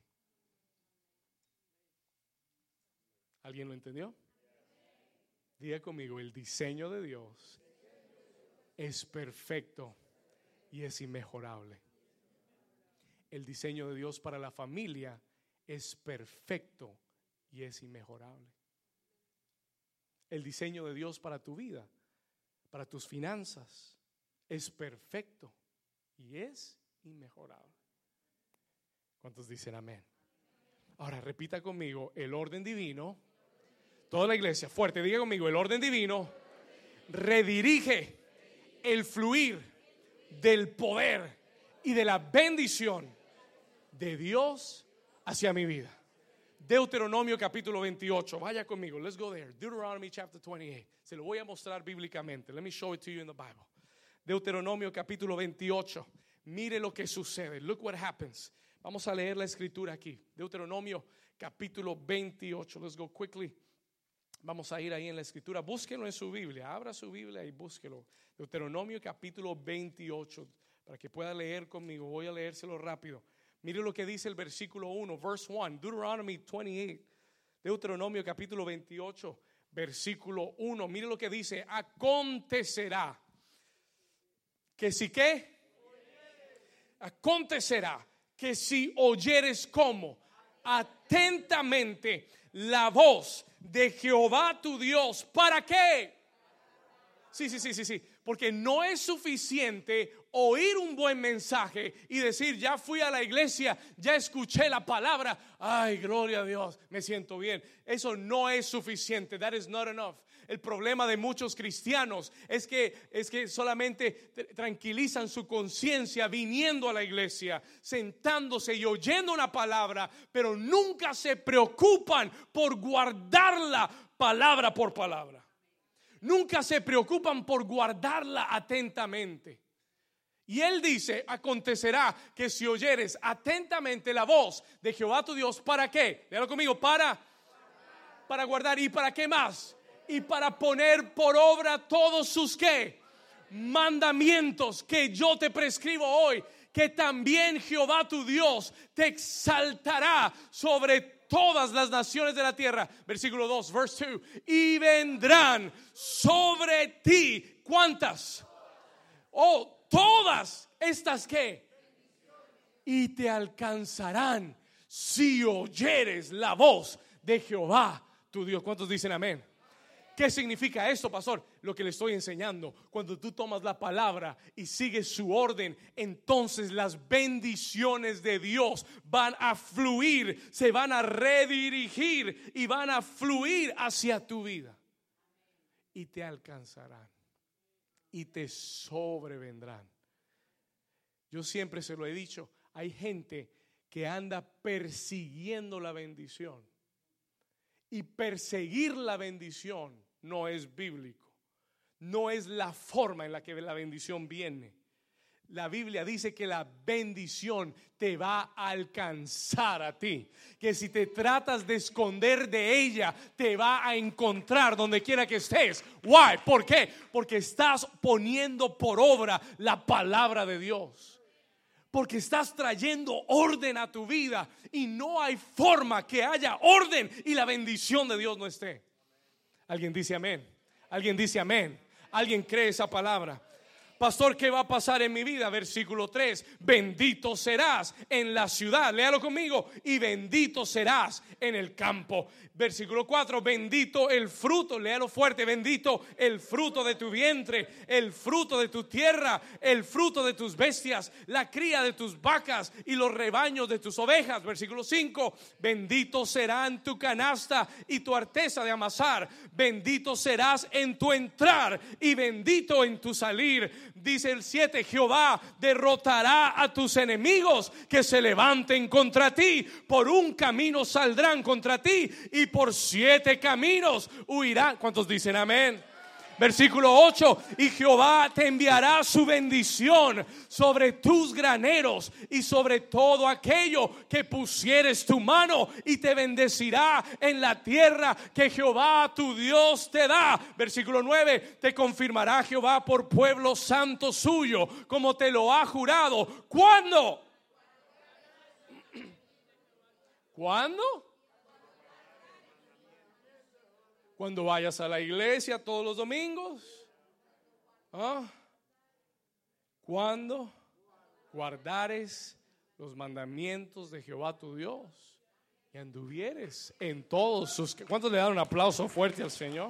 ¿Alguien lo entendió? Diga conmigo, el diseño de Dios es perfecto y es inmejorable. El diseño de Dios para la familia es perfecto y es inmejorable. El diseño de Dios para tu vida, para tus finanzas, es perfecto y es inmejorable. ¿Cuántos dicen amén? Ahora repita conmigo, el orden divino. Toda la iglesia, fuerte, diga conmigo, el orden divino redirige el fluir del poder y de la bendición de Dios hacia mi vida. Deuteronomio capítulo 28, vaya conmigo, let's go there. Deuteronomy chapter 28, se lo voy a mostrar bíblicamente. Let me show it to you in the Bible. Deuteronomio capítulo 28, mire lo que sucede, look what happens. Vamos a leer la escritura aquí. Deuteronomio capítulo 28, let's go quickly. Vamos a ir ahí en la escritura, búsquelo en su Biblia, abra su Biblia y búsquelo. Deuteronomio capítulo 28, para que pueda leer conmigo, voy a leérselo rápido. Mire lo que dice el versículo 1, verse 1, Deuteronomy 28, Deuteronomio capítulo 28, versículo 1. Mire lo que dice, acontecerá que si qué, acontecerá que si oyeres como atentamente la voz de Jehová tu Dios. ¿Para qué? Sí. Porque no es suficiente oír un buen mensaje y decir, ya fui a la iglesia, ya escuché la palabra, ay, gloria a Dios, me siento bien. Eso no es suficiente. That is not enough. El problema de muchos cristianos es que solamente tranquilizan su conciencia viniendo a la iglesia, sentándose y oyendo una palabra, pero nunca se preocupan por guardarla palabra por palabra. Nunca se preocupan por guardarla atentamente. Y él dice, acontecerá que si oyeres atentamente la voz de Jehová tu Dios, ¿para qué? Léalo conmigo, para guardar. ¿Y para qué más? Y para poner por obra todos sus ¿qué? Mandamientos que yo te prescribo hoy, que también Jehová tu Dios te exaltará sobre todas las naciones de la tierra. Versículo 2, verse 2. Y vendrán sobre ti, ¿cuántas? Oh, todas estas ¿qué? Y te alcanzarán si oyeres la voz de Jehová tu Dios. ¿Cuántos dicen amén? ¿Qué significa esto, pastor? Lo que le estoy enseñando. Cuando tú tomas la palabra y sigues su orden, entonces las bendiciones de Dios van a fluir, se van a redirigir y van a fluir hacia tu vida. Y te alcanzarán y te sobrevendrán. Yo siempre se lo he dicho, hay gente que anda persiguiendo la bendición. Y perseguir la bendición no es bíblico. No es la forma en la que la bendición viene. La Biblia dice que la bendición te va a alcanzar a ti. Que si te tratas de esconder de ella, te va a encontrar donde quiera que estés. Why? ¿Por qué? Porque estás poniendo por obra la palabra de Dios. Porque estás trayendo orden a tu vida y no hay forma que haya orden y la bendición de Dios no esté. Alguien dice amén. Alguien dice amén. Alguien cree esa palabra. Pastor, ¿qué va a pasar en mi vida? Versículo 3: bendito serás en la ciudad, léalo conmigo, y bendito serás en el campo. Versículo 4: bendito el fruto, léalo fuerte, bendito el fruto de tu vientre, el fruto de tu tierra, el fruto de tus bestias, la cría de tus vacas y los rebaños de tus ovejas. Versículo 5: bendito será en tu canasta y tu arteza de amasar, bendito serás en tu entrar y bendito en tu salir. Dice el 7: Jehová derrotará a tus enemigos que se levanten contra ti. Por un camino saldrán contra ti y por 7 caminos huirán. ¿Cuántos dicen amén? Versículo 8: y Jehová te enviará su bendición sobre tus graneros y sobre todo aquello que pusieres tu mano, y te bendecirá en la tierra que Jehová tu Dios te da. Versículo 9: te confirmará Jehová por pueblo santo suyo, como te lo ha jurado. ¿Cuándo? ¿Cuándo? Cuando vayas a la iglesia todos los domingos. Cuando guardares los mandamientos de Jehová tu Dios y anduvieres en todos sus. ¿Cuántos le dan un aplauso fuerte al Señor?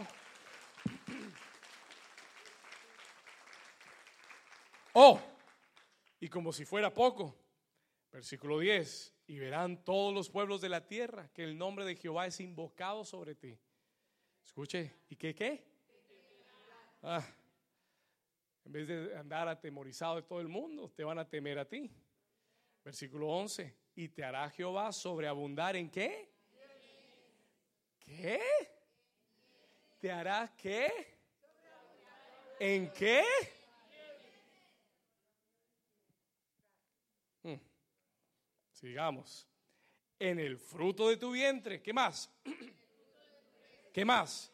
Y como si fuera poco, versículo 10: y verán todos los pueblos de la tierra que el nombre de Jehová es invocado sobre ti. Escuche, ¿y qué? En vez de andar atemorizado de todo el mundo, te van a temer a ti. Versículo 11: y te hará Jehová sobreabundar ¿en qué? ¿Qué? ¿Te hará qué? ¿En qué? Sigamos. En el fruto de tu vientre. ¿Qué más? ¿Qué más?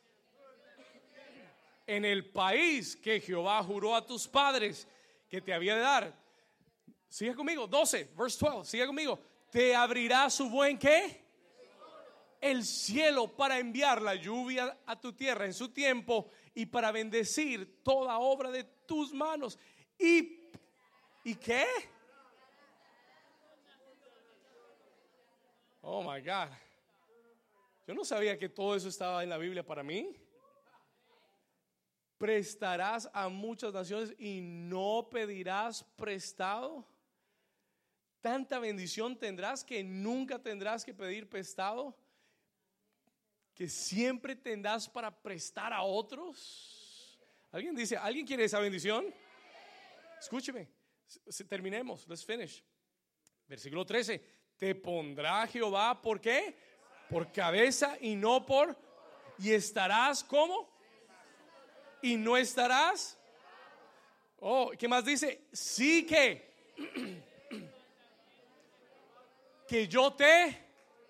En el país que Jehová juró a tus padres que te había de dar. Sigue conmigo, 12, verse 12, sigue conmigo. Te abrirá su buen ¿qué? El cielo para enviar la lluvia a tu tierra en su tiempo y para bendecir toda obra de tus manos. ¿Y qué? Oh my God. Yo no sabía que todo eso estaba en la Biblia para mí. Prestarás a muchas naciones y no pedirás prestado. Tanta bendición tendrás que nunca tendrás que pedir prestado, que siempre tendrás para prestar a otros. ¿Alguien dice, alguien quiere esa bendición? Escúcheme, terminemos, let's finish. Versículo 13: te pondrá Jehová, ¿por qué? Por cabeza y no por. Y estarás ¿cómo? Y no estarás. ¿Qué más dice? Sí que yo te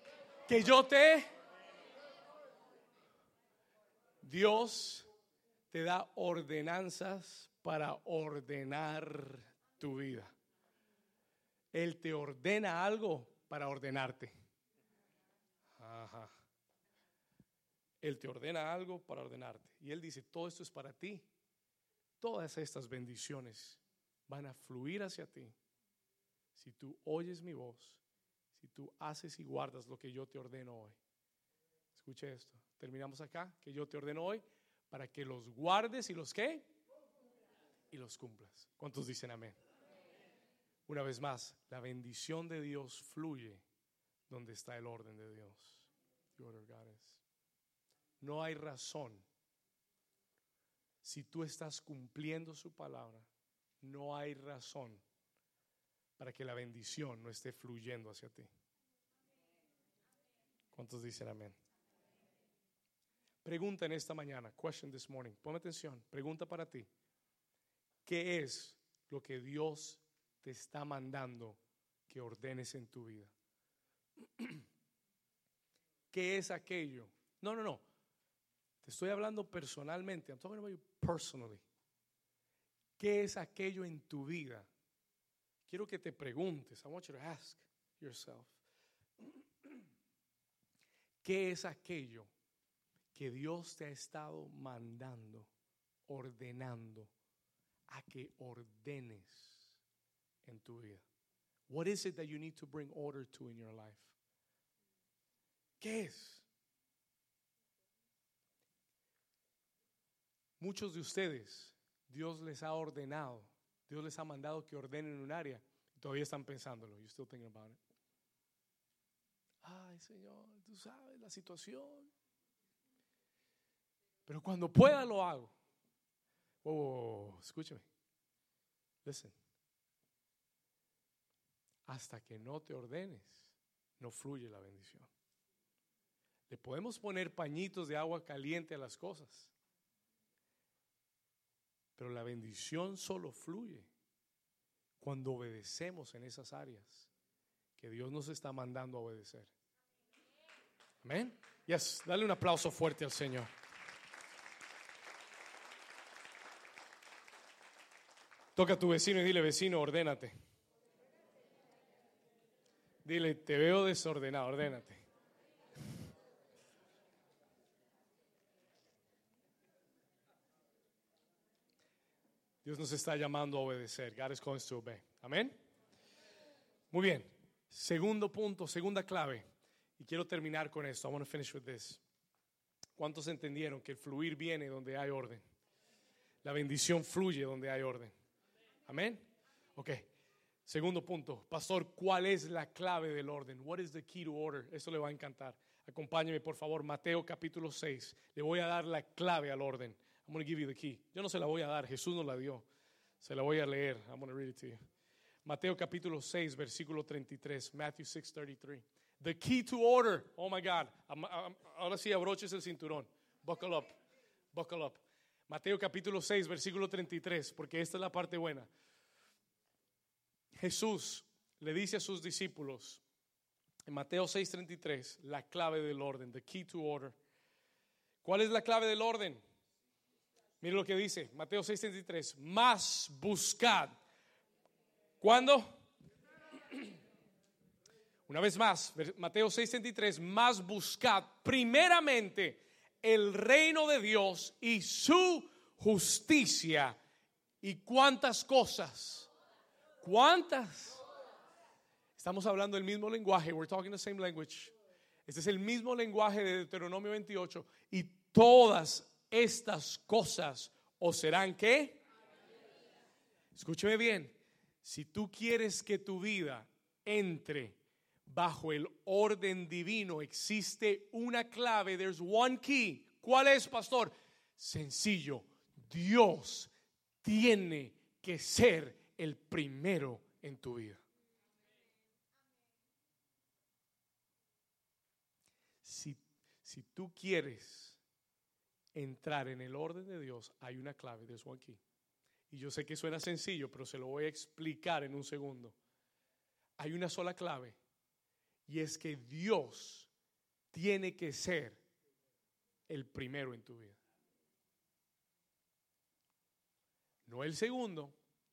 Dios te da ordenanzas para ordenar tu vida. Él te ordena algo para ordenarte. Él te ordena algo para ordenarte. Y Él dice, todo esto es para ti. Todas estas bendiciones van a fluir hacia ti si tú oyes mi voz, si tú haces y guardas lo que yo te ordeno hoy. Escuche esto, terminamos acá, que yo te ordeno hoy. para que los guardes y los ¿qué? Y los cumplas. ¿Cuántos dicen amén? Una vez más, la bendición de Dios fluye donde está el orden de Dios. No hay razón, si tú estás cumpliendo su palabra, no hay razón para que la bendición no esté fluyendo hacia ti. ¿Cuántos dicen amén? Pregunta en esta mañana, question this morning, ponme atención, pregunta para ti. ¿Qué es lo que Dios te está mandando que ordenes en tu vida? ¿Qué es aquello? No. Te estoy hablando personalmente. I'm talking about you personally. ¿Qué es aquello en tu vida? Quiero que te preguntes. I want you to ask yourself. ¿Qué es aquello que Dios te ha estado mandando, ordenando a que ordenes en tu vida? What is it that you need to bring order to in your life? ¿Qué es? Muchos de ustedes, Dios les ha ordenado, Dios les ha mandado que ordenen un área y todavía están pensándolo. You still thinking about it? Ay, Señor, tú sabes la situación. Pero cuando pueda lo hago. Escúchame. Listen. Hasta que no te ordenes, no fluye la bendición. Le podemos poner pañitos de agua caliente a las cosas, pero la bendición solo fluye cuando obedecemos en esas áreas que Dios nos está mandando a obedecer. Amén. Yes, dale un aplauso fuerte al Señor. Toca a tu vecino y dile: vecino, ordénate. Dile: te veo desordenado, ordénate. Dios nos está llamando a obedecer. God is calling us to obey. Amén. Muy bien. Segundo punto, segunda clave. Y quiero terminar con esto. I want to finish with this. ¿Cuántos entendieron que el fluir viene donde hay orden? La bendición fluye donde hay orden. Amén. Ok. Segundo punto. Pastor, ¿cuál es la clave del orden? What is the key to order? Esto le va a encantar. Acompáñeme, por favor. Mateo capítulo 6. Le voy a dar la clave al orden. I'm going to give you the key. Yo no se la voy a dar, Jesús nos la dio. Se la voy a leer. I'm going to read it to you. Mateo capítulo 6, versículo 33. Matthew 6:33. The key to order. Oh my God. Ahora sí, abroches el cinturón. Buckle up. Buckle up. Mateo capítulo 6, versículo 33, porque esta es la parte buena. Jesús le dice a sus discípulos en Mateo 6:33 la clave del orden, the key to order. ¿Cuál es la clave del orden? Mire lo que dice Mateo 6:33. Más buscad. ¿Cuándo? Una vez más, Mateo 6:33. Más buscad primeramente el reino de Dios y su justicia. ¿Y cuántas cosas? ¿Cuántas? Estamos hablando el mismo lenguaje. We're talking the same language. Este es el mismo lenguaje de Deuteronomio 28. Y todas estas cosas os serán ¿qué? Escúcheme bien. Si tú quieres que tu vida entre bajo el orden divino, existe una clave. There's one key. ¿Cuál es, pastor? Sencillo. Dios tiene que ser el primero en tu vida. Si tú quieres entrar en el orden de Dios, hay una clave. There's one key. Y yo sé que suena sencillo, pero se lo voy a explicar en un segundo. Hay una sola clave. Y es que Dios tiene que ser el primero en tu vida. No el segundo,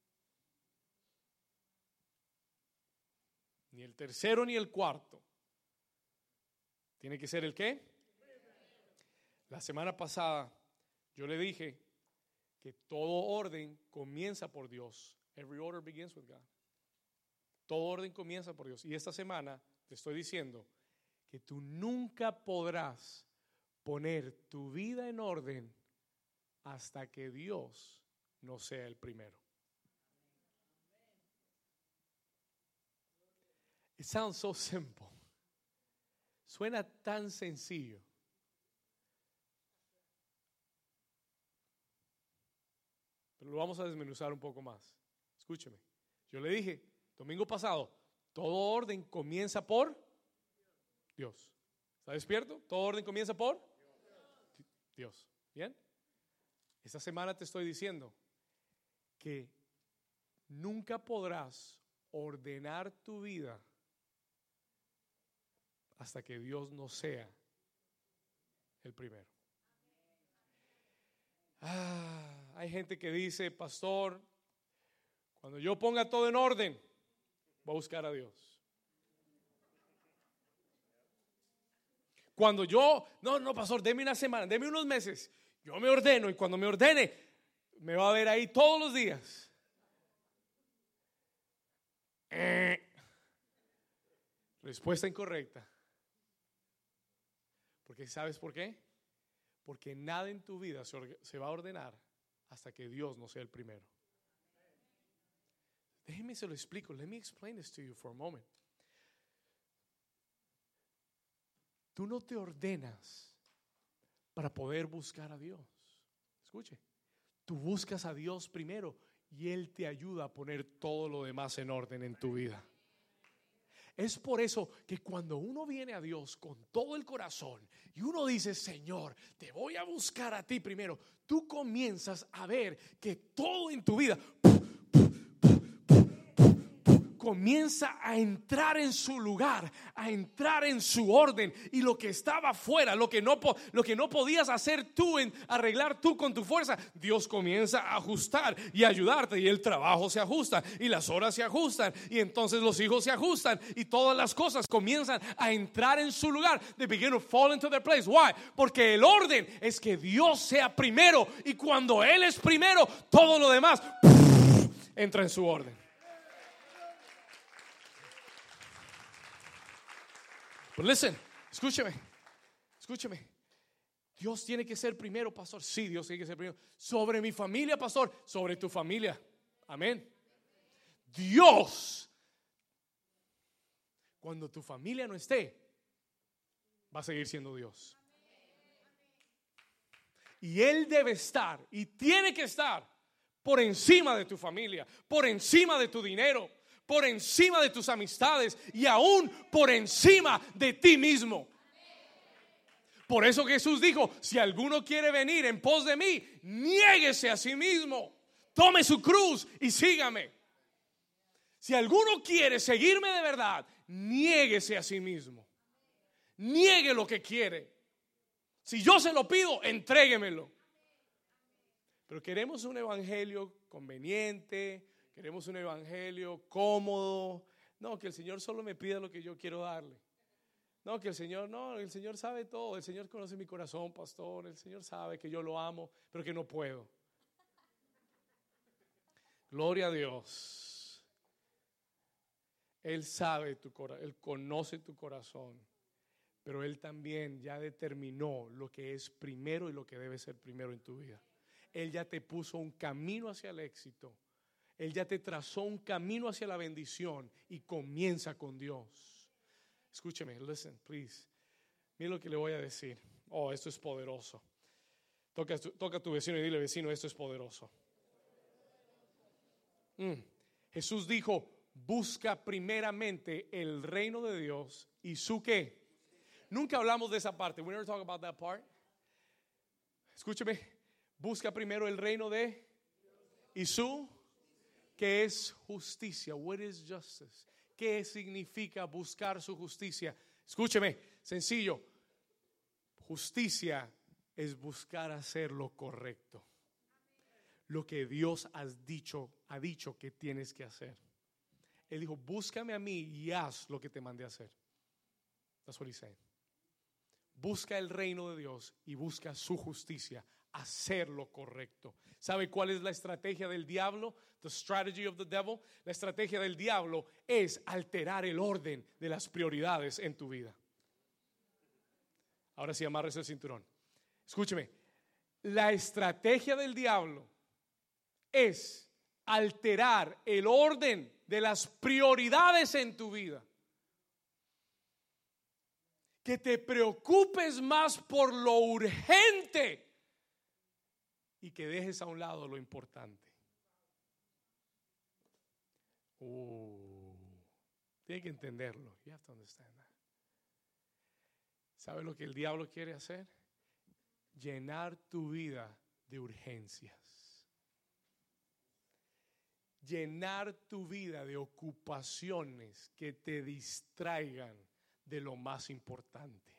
ni el tercero, ni el cuarto. Tiene que ser el ¿qué? La semana pasada yo le dije que todo orden comienza por Dios. Every order begins with God. Todo orden comienza por Dios. Y esta semana te estoy diciendo que tú nunca podrás poner tu vida en orden hasta que Dios no sea el primero. It sounds so simple. Suena tan sencillo. Pero lo vamos a desmenuzar un poco más. Escúcheme. Yo le dije, domingo pasado, todo orden comienza por Dios. ¿Está despierto? Todo orden comienza por Dios. ¿Bien? Esta semana te estoy diciendo que nunca podrás ordenar tu vida hasta que Dios no sea el primero. Hay gente que dice, pastor, cuando yo ponga todo en orden, voy a buscar a Dios. Cuando yo, no, pastor, deme una semana, deme unos meses, yo me ordeno y cuando me ordene, me va a ver ahí todos los días. Respuesta incorrecta. Porque ¿sabes por qué? Porque nada en tu vida se va a ordenar hasta que Dios no sea el primero. Déjeme se lo explico. Let me explain this to you for a moment. Tú no te ordenas para poder buscar a Dios. Escuche, tú buscas a Dios primero y Él te ayuda a poner todo lo demás en orden en tu vida. Es por eso que cuando uno viene a Dios con todo el corazón y uno dice, Señor, te voy a buscar a ti primero, tú comienzas a ver que todo en tu vida comienza a entrar en su lugar, a entrar en su orden, y lo que estaba afuera, lo que no podías hacer tú, arreglar tú con tu fuerza, Dios comienza a ajustar y a ayudarte, y el trabajo se ajusta y las horas se ajustan y entonces los hijos se ajustan y todas las cosas comienzan a entrar en su lugar. They begin to fall into their place. Why? Porque el orden es que Dios sea primero, y cuando Él es primero, todo lo demás entra en su orden. But listen, escúcheme. Dios tiene que ser primero, pastor. Sí, Dios tiene que ser primero. Sobre mi familia, pastor, sobre tu familia. Amén. Dios, cuando tu familia no esté, va a seguir siendo Dios. Y Él debe estar y tiene que estar por encima de tu familia, por encima de tu dinero, por encima de tus amistades y aún por encima de ti mismo. Por eso Jesús dijo, si alguno quiere venir en pos de mí, niéguese a sí mismo, tome su cruz y sígame. Si alguno quiere seguirme de verdad, niéguese a sí mismo. Niegue lo que quiere. Si yo se lo pido, entréguemelo. Pero queremos un evangelio conveniente, queremos un evangelio cómodo. No, que el Señor solo me pida lo que yo quiero darle. No, que el Señor sabe todo. El Señor conoce mi corazón, pastor. El Señor sabe que yo lo amo, pero que no puedo. Gloria a Dios. Él sabe tu corazón, Él conoce tu corazón, pero Él también ya determinó lo que es primero y lo que debe ser primero en tu vida. Él ya te puso un camino hacia el éxito. Él ya te trazó un camino hacia la bendición y comienza con Dios. Escúcheme, listen, please. Mira lo que le voy a decir. Oh, esto es poderoso. Toca a tu vecino y dile, vecino, esto es poderoso. Jesús dijo, busca primeramente el reino de Dios y su ¿qué? Nunca hablamos de esa parte. We never talk about that part. Escúcheme, busca primero el reino de y su ¿qué es justicia? What is justice? ¿Qué significa buscar su justicia? Escúcheme, sencillo. Justicia es buscar hacer lo correcto. Lo que Dios ha dicho que tienes que hacer. Él dijo, búscame a mí y haz lo que te mandé a hacer. That's what he's saying. Busca el reino de Dios y busca su justicia, hacer lo correcto. ¿Sabe cuál es la estrategia del diablo? The strategy of the devil. La estrategia del diablo es alterar el orden de las prioridades en tu vida. Ahora sí, amarres el cinturón. Escúcheme, La estrategia del diablo es alterar el orden de las prioridades en tu vida. Que te preocupes más por lo urgente y que dejes a un lado lo importante. Tiene que entenderlo. You have to understand that. ¿Sabe lo que el diablo quiere hacer? Llenar tu vida de urgencias. Llenar tu vida de ocupaciones que te distraigan de lo más importante.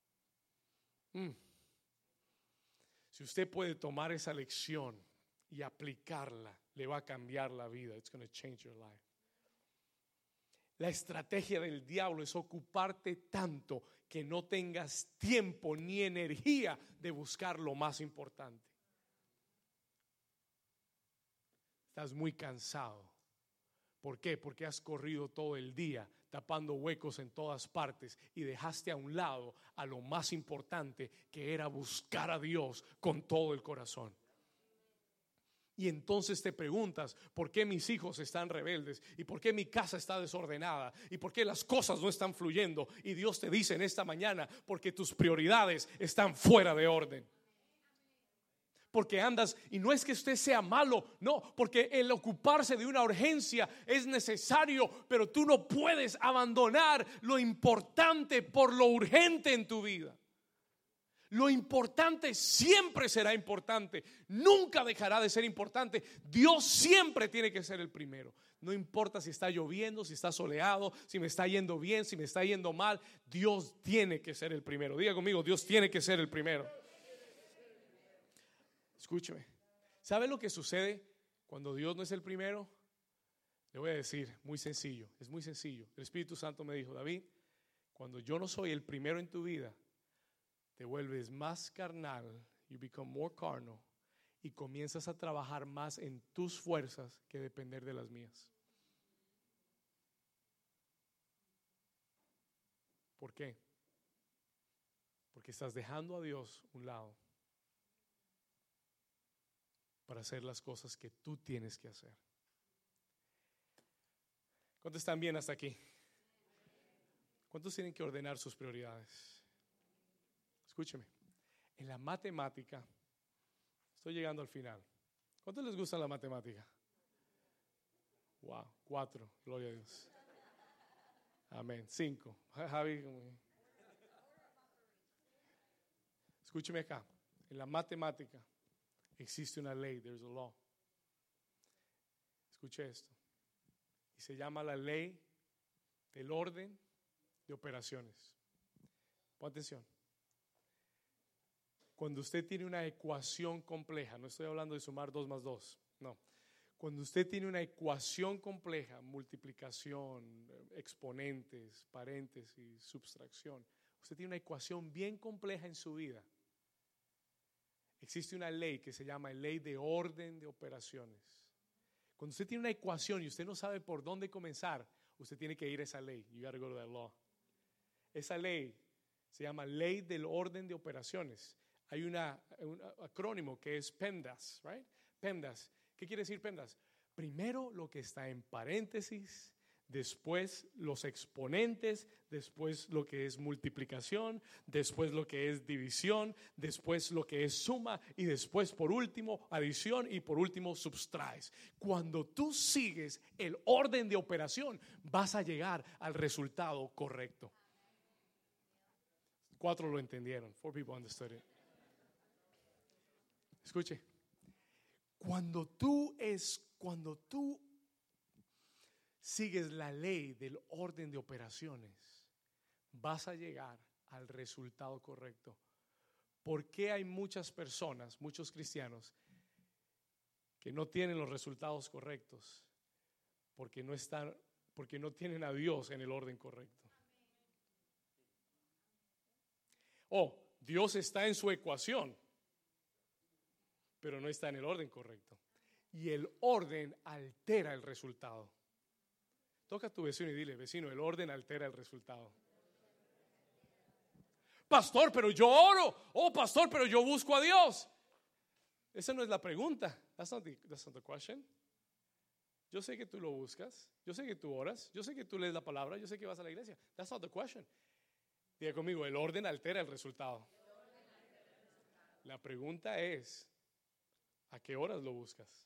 Si usted puede tomar esa lección y aplicarla, le va a cambiar la vida. It's going to change your life. La estrategia del diablo es ocuparte tanto que no tengas tiempo ni energía de buscar lo más importante. Estás muy cansado. ¿Por qué? Porque has corrido todo el día tapando huecos en todas partes y dejaste a un lado a lo más importante, que era buscar a Dios con todo el corazón. Y entonces te preguntas, ¿por qué mis hijos están rebeldes? ¿Y por qué mi casa está desordenada? ¿Y por qué las cosas no están fluyendo? Y Dios te dice en esta mañana, porque tus prioridades están fuera de orden. Porque andas, y no es que usted sea malo, no, porque el ocuparse de una urgencia es necesario, pero tú no puedes abandonar lo importante por lo urgente en tu vida. Lo importante siempre será importante, nunca dejará de ser importante. Dios siempre tiene que ser el primero. No importa si está lloviendo, si está soleado, si me está yendo bien, si me está yendo mal, Dios tiene que ser el primero. Diga conmigo, Dios tiene que ser el primero. Escúcheme, ¿sabe lo que sucede cuando Dios no es el primero? Le voy a decir, muy sencillo, es muy sencillo. El Espíritu Santo me dijo, David, cuando yo no soy el primero en tu vida, te vuelves más carnal, you become more carnal, y comienzas a trabajar más en tus fuerzas que depender de las mías. ¿Por qué? Porque estás dejando a Dios a un lado para hacer las cosas que tú tienes que hacer. ¿Cuántos están bien hasta aquí? ¿Cuántos tienen que ordenar sus prioridades? Escúcheme, en la matemática, estoy llegando al final. ¿Cuántos les gusta la matemática? Wow, 4, gloria a Dios. Amén, 5. Javi, escúcheme acá, en la matemática existe una ley, there's a law. Escuche esto. Y se llama la ley del orden de operaciones. Pon atención. Cuando usted tiene una ecuación compleja, no estoy hablando de sumar 2 más 2, no. Cuando usted tiene una ecuación compleja, multiplicación, exponentes, paréntesis, subtracción, usted tiene una ecuación bien compleja en su vida. Existe una ley que se llama ley de orden de operaciones. Cuando usted tiene una ecuación y usted no sabe por dónde comenzar, usted tiene que ir a esa ley. You gotta go to that law. Esa ley se llama ley del orden de operaciones. Hay un acrónimo que es PEMDAS, right? PEMDAS. ¿Qué quiere decir PEMDAS? Primero lo que está en paréntesis, después los exponentes, después lo que es multiplicación, después lo que es división, después lo que es suma y después por último adición y por último subtraes. Cuando tú sigues el orden de operación, vas a llegar al resultado correcto. 4 lo entendieron. 4 people understood it. Escuche, cuando tú sigues la ley del orden de operaciones, vas a llegar al resultado correcto. ¿Por qué hay muchas personas, muchos cristianos, que no tienen los resultados correctos? Porque no tienen a Dios en el orden correcto. Dios está en su ecuación, pero no está en el orden correcto. Y el orden altera el resultado. Toca a tu vecino y dile, vecino, el orden altera el resultado. Pastor, pero yo oro. Pastor, pero yo busco a Dios. Esa no es la pregunta. That's not the question. Yo sé que tú lo buscas, yo sé que tú oras, yo sé que tú lees la palabra, yo sé que vas a la iglesia. That's not the question. Diga conmigo, el orden altera el resultado. La pregunta es, ¿a qué horas lo buscas?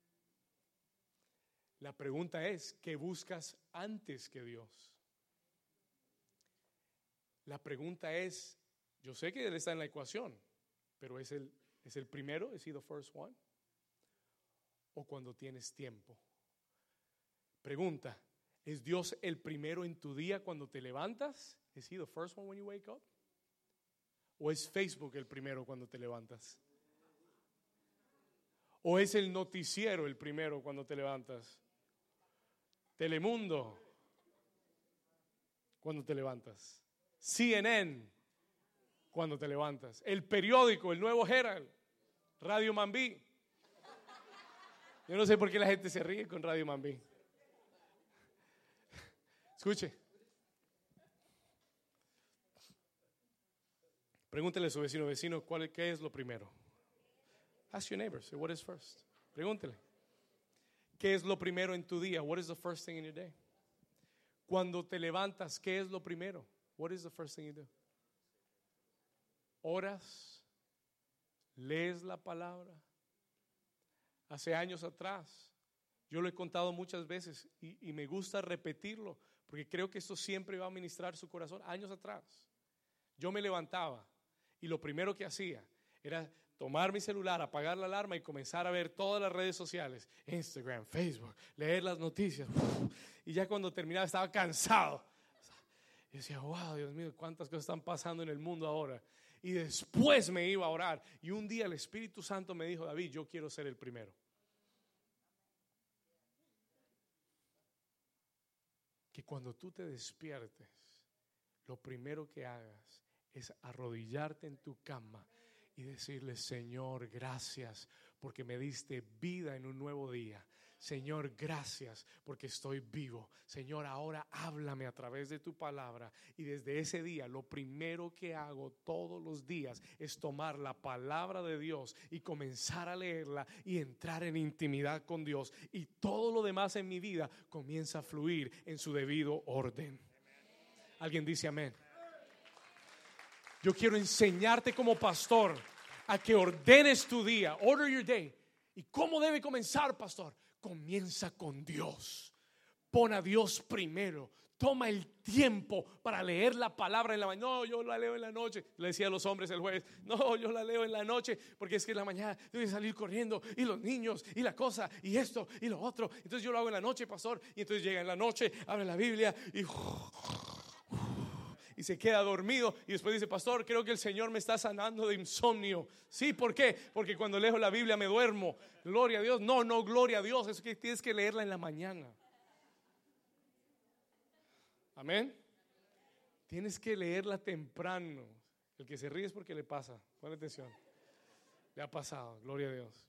La pregunta es, ¿qué buscas antes que Dios? La pregunta es, yo sé que Él está en la ecuación, pero ¿es el primero? ¿Es he the first one? ¿O cuando tienes tiempo? Pregunta, ¿es Dios el primero en tu día cuando te levantas? ¿Es he the first one when you wake up? ¿O es Facebook el primero cuando te levantas? ¿O es el noticiero el primero cuando te levantas? Telemundo cuando te levantas, CNN cuando te levantas, el periódico, el Nuevo Herald, Radio Mambí. Yo no sé por qué la gente se ríe con Radio Mambí. Escuche. Pregúntele a su vecino, ¿qué es lo primero? Ask your neighbor, say, what is first? Pregúntele. ¿Qué es lo primero en tu día? What is the first thing in your day? Cuando te levantas, ¿qué es lo primero? What is the first thing you do? ¿Oras? ¿Lees la palabra? Hace años atrás, yo lo he contado muchas veces y me gusta repetirlo porque creo que esto siempre va a ministrar su corazón. Años atrás, yo me levantaba y lo primero que hacía era tomar mi celular, apagar la alarma y comenzar a ver todas las redes sociales, Instagram, Facebook, leer las noticias. Y ya cuando terminaba estaba cansado. Y decía, wow, Dios mío, cuántas cosas están pasando en el mundo ahora. Y después me iba a orar. Y un día el Espíritu Santo me dijo, David, yo quiero ser el primero. Que cuando tú te despiertes, lo primero que hagas es arrodillarte en tu cama y decirle, Señor, gracias porque me diste vida en un nuevo día. Señor, gracias porque estoy vivo. Señor, ahora háblame a través de tu palabra. Y desde ese día, lo primero que hago todos los días es tomar la palabra de Dios y comenzar a leerla y entrar en intimidad con Dios. Y todo lo demás en mi vida comienza a fluir en su debido orden. ¿Alguien dice amén? Yo quiero enseñarte como pastor a que ordenes tu día. Order your day. ¿Y cómo debe comenzar, pastor? Comienza con Dios. Pon a Dios primero. Toma el tiempo para leer la palabra en la mañana. No, yo la leo en la noche. Le decía a los hombres el jueves, no, yo la leo en la noche porque es que en la mañana tengo que salir corriendo y los niños y la cosa y esto y lo otro. Entonces yo lo hago en la noche, pastor. Y entonces llega en la noche, abre la Biblia y se queda dormido y después dice, pastor, creo que el Señor me está sanando de insomnio. Sí, ¿por qué? Porque cuando leo la Biblia me duermo. Gloria a Dios. No, gloria a Dios. Es que tienes que leerla en la mañana. Amén. Tienes que leerla temprano. El que se ríe es porque le pasa. Pon atención. Le ha pasado. Gloria a Dios.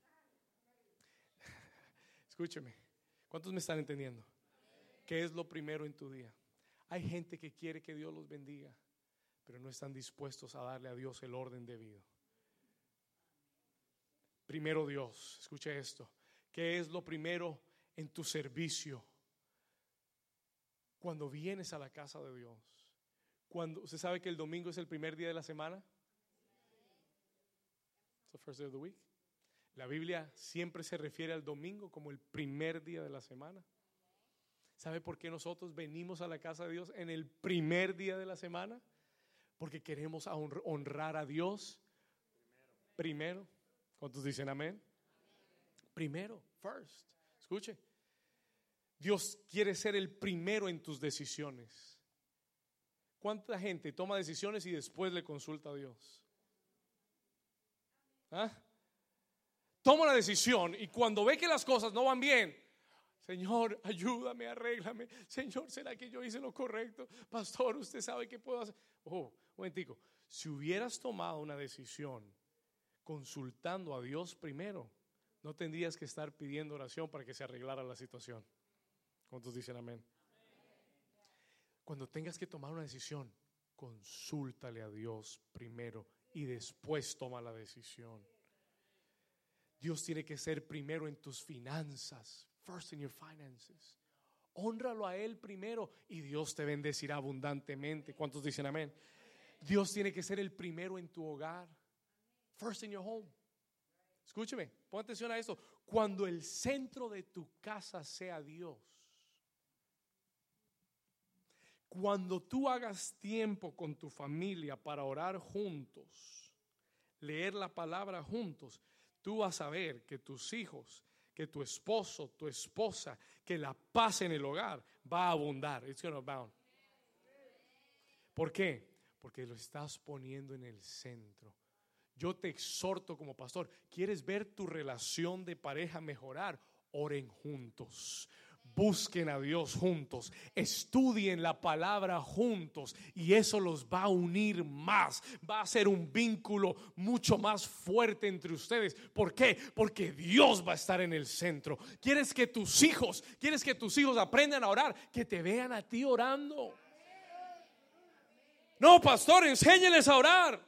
Escúcheme. ¿Cuántos me están entendiendo? ¿Qué es lo primero en tu día? Hay gente que quiere que Dios los bendiga, pero no están dispuestos a darle a Dios el orden debido. Primero Dios, escucha esto. ¿Qué es lo primero en tu servicio? Cuando vienes a la casa de Dios. Cuando usted sabe que el domingo es el primer día de la semana. It's the first day of the week. La Biblia siempre se refiere al domingo como el primer día de la semana. ¿Sabe por qué nosotros venimos a la casa de Dios en el primer día de la semana? Porque queremos honrar a Dios primero. ¿Cuántos dicen amén? Primero, first. Escuche. Dios quiere ser el primero en tus decisiones. ¿Cuánta gente toma decisiones y después le consulta a Dios? ¿Ah? Toma la decisión y cuando ve que las cosas no van bien, Señor, ayúdame, arréglame. Señor, ¿será que yo hice lo correcto? Pastor, ¿usted sabe qué puedo hacer? Un momentico. Si hubieras tomado una decisión consultando a Dios primero, no tendrías que estar pidiendo oración para que se arreglara la situación. ¿Cuántos dicen amén? Cuando tengas que tomar una decisión, consúltale a Dios primero y después toma la decisión. Dios tiene que ser primero en tus finanzas. First in your finances. Hónralo a Él primero y Dios te bendecirá abundantemente. ¿Cuántos dicen amén? Dios tiene que ser el primero en tu hogar. First in your home. Escúcheme, pon atención a esto. Cuando el centro de tu casa sea Dios, cuando tú hagas tiempo con tu familia para orar juntos, leer la palabra juntos, tú vas a ver que tus hijos, que tu esposo, tu esposa, que la paz en el hogar va a abundar. It's going to abound. ¿Por qué? Porque lo estás poniendo en el centro. Yo te exhorto como pastor, ¿quieres ver tu relación de pareja mejorar? Oren juntos. Busquen a Dios juntos, estudien la palabra juntos y eso los va a unir más, va a ser un vínculo mucho más fuerte entre ustedes. ¿Por qué? Porque Dios va a estar en el centro. ¿Quieres que tus hijos aprendan a orar? Que te vean a ti orando. No, pastor, enséñeles a orar.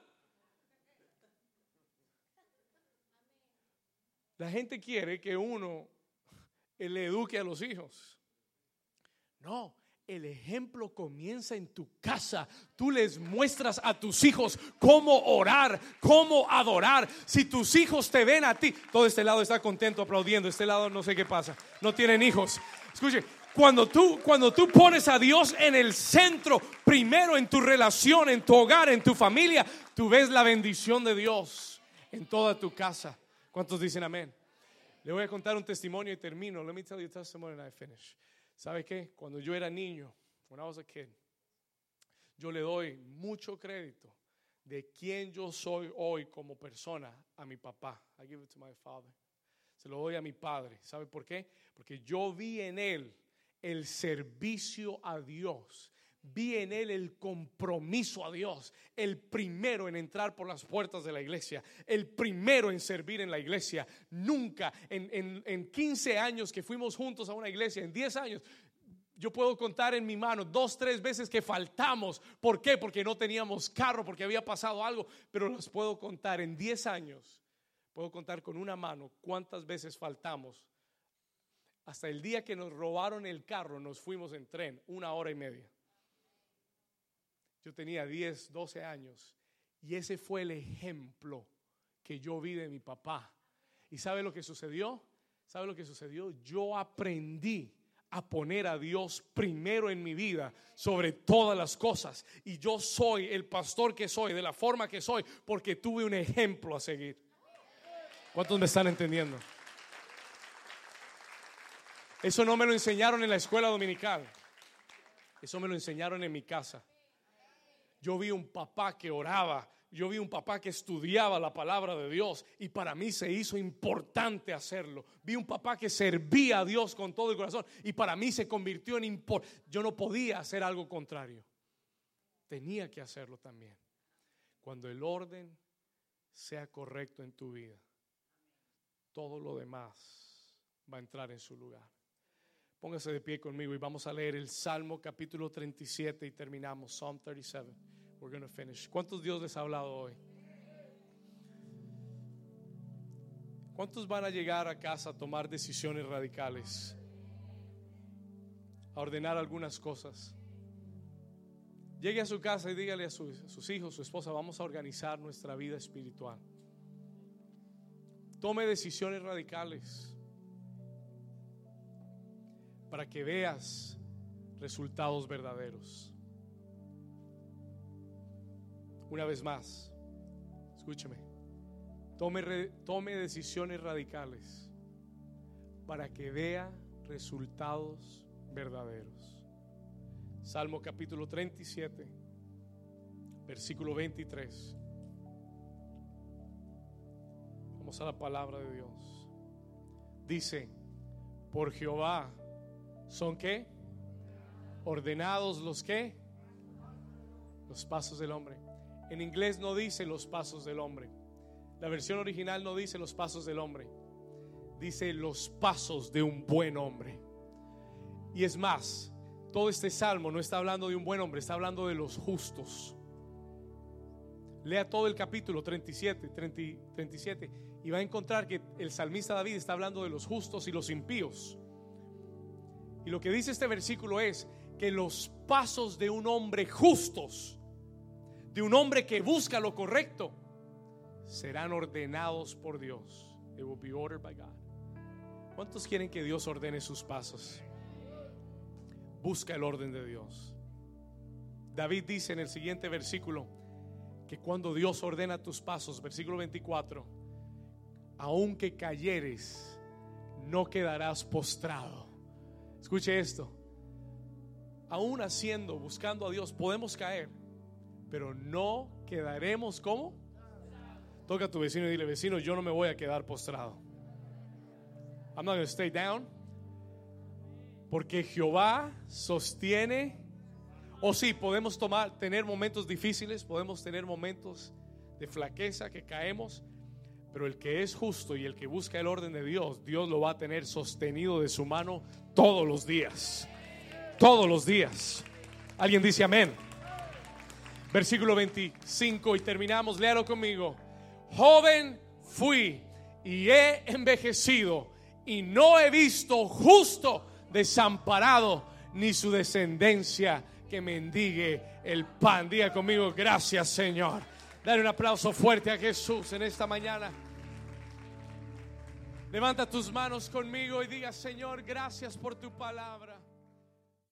La gente quiere que uno le eduque a los hijos. No, el ejemplo comienza en tu casa. Tú les muestras a tus hijos cómo orar, cómo adorar. Si tus hijos te ven a ti, todo este lado está contento aplaudiendo, este lado no sé qué pasa, no tienen hijos. Escuche, cuando tú pones a Dios en el centro, primero en tu relación, en tu hogar, en tu familia, tú ves la bendición de Dios en toda tu casa. ¿Cuántos dicen amén? Le voy a contar un testimonio y termino. Let me tell you a testimony and I finish. ¿Sabe qué? Cuando yo era niño, when I was a kid, yo le doy mucho crédito de quién yo soy hoy como persona a mi papá. I give it to my father. Se lo doy a mi padre. ¿Sabe por qué? Porque yo vi en él el servicio a Dios. Vi en él el compromiso a Dios, el primero en entrar por las puertas de la iglesia, el primero en servir en la iglesia. Nunca en 15 años que fuimos juntos a una iglesia, en 10 años, yo puedo contar en mi mano 2, 3 veces que faltamos. ¿Por qué? Porque no teníamos carro, porque había pasado algo, pero los puedo contar en 10 años. Puedo contar con una mano cuántas veces faltamos. Hasta el día que nos robaron el carro, nos fuimos en tren 1 hora y media. Yo tenía 10, 12 años y ese fue el ejemplo que yo vi de mi papá. ¿Y sabe lo que sucedió? ¿Sabe lo que sucedió? Yo aprendí a poner a Dios primero en mi vida sobre todas las cosas. Y yo soy el pastor que soy, de la forma que soy, porque tuve un ejemplo a seguir. ¿Cuántos me están entendiendo? Eso no me lo enseñaron en la escuela dominical. Eso me lo enseñaron en mi casa. Yo vi un papá que oraba, yo vi un papá que estudiaba la palabra de Dios y para mí se hizo importante hacerlo. Vi un papá que servía a Dios con todo el corazón y para mí se convirtió en importante. Yo no podía hacer algo contrario, tenía que hacerlo también. Cuando el orden sea correcto en tu vida, todo lo demás va a entrar en su lugar. Póngase de pie conmigo y vamos a leer el Salmo capítulo 37 y terminamos. Psalm 37. We're going to finish. ¿Cuántos Dios les ha hablado hoy? ¿Cuántos van a llegar a casa a tomar decisiones radicales? A ordenar algunas cosas. Llegue a su casa y dígale a sus hijos, su esposa, vamos a organizar nuestra vida espiritual. Tome decisiones radicales para que veas resultados verdaderos. Una vez más, escúcheme, tome decisiones radicales para que vea resultados verdaderos. Salmo capítulo 37, versículo 23. Vamos a la palabra de Dios. Dice, por Jehová ¿son qué? Ordenados los qué? Los pasos del hombre. En inglés no dice los pasos del hombre. La versión original no dice los pasos del hombre. Dice los pasos de un buen hombre. Y es más, todo este salmo no está hablando de un buen hombre, está hablando de los justos. Lea todo el capítulo 37 y va a encontrar que el salmista David está hablando de los justos y los impíos. Y lo que dice este versículo es que los pasos de un hombre justos, de un hombre que busca lo correcto, serán ordenados por Dios. They will be ordered by God. ¿Cuántos quieren que Dios ordene sus pasos? Busca el orden de Dios. David dice en el siguiente versículo que cuando Dios ordena tus pasos, versículo 24, aunque cayeres, no quedarás postrado. Escuche esto. Aún haciendo, buscando a Dios, podemos caer, pero no quedaremos ¿cómo? Toca a tu vecino y dile: vecino, yo no me voy a quedar postrado. I'm not going to stay down. Porque Jehová sostiene. O sí, podemos tener momentos difíciles, podemos tener momentos de flaqueza que caemos, pero el que es justo y el que busca el orden de Dios, Dios lo va a tener sostenido de su mano todos los días. Todos los días. Alguien dice amén. Versículo 25 y terminamos, léalo conmigo. Joven fui y he envejecido y no he visto justo desamparado, ni su descendencia que mendigue el pan. Diga conmigo: gracias, Señor. Dale un aplauso fuerte a Jesús en esta mañana. Levanta tus manos conmigo y diga: Señor, gracias por tu palabra.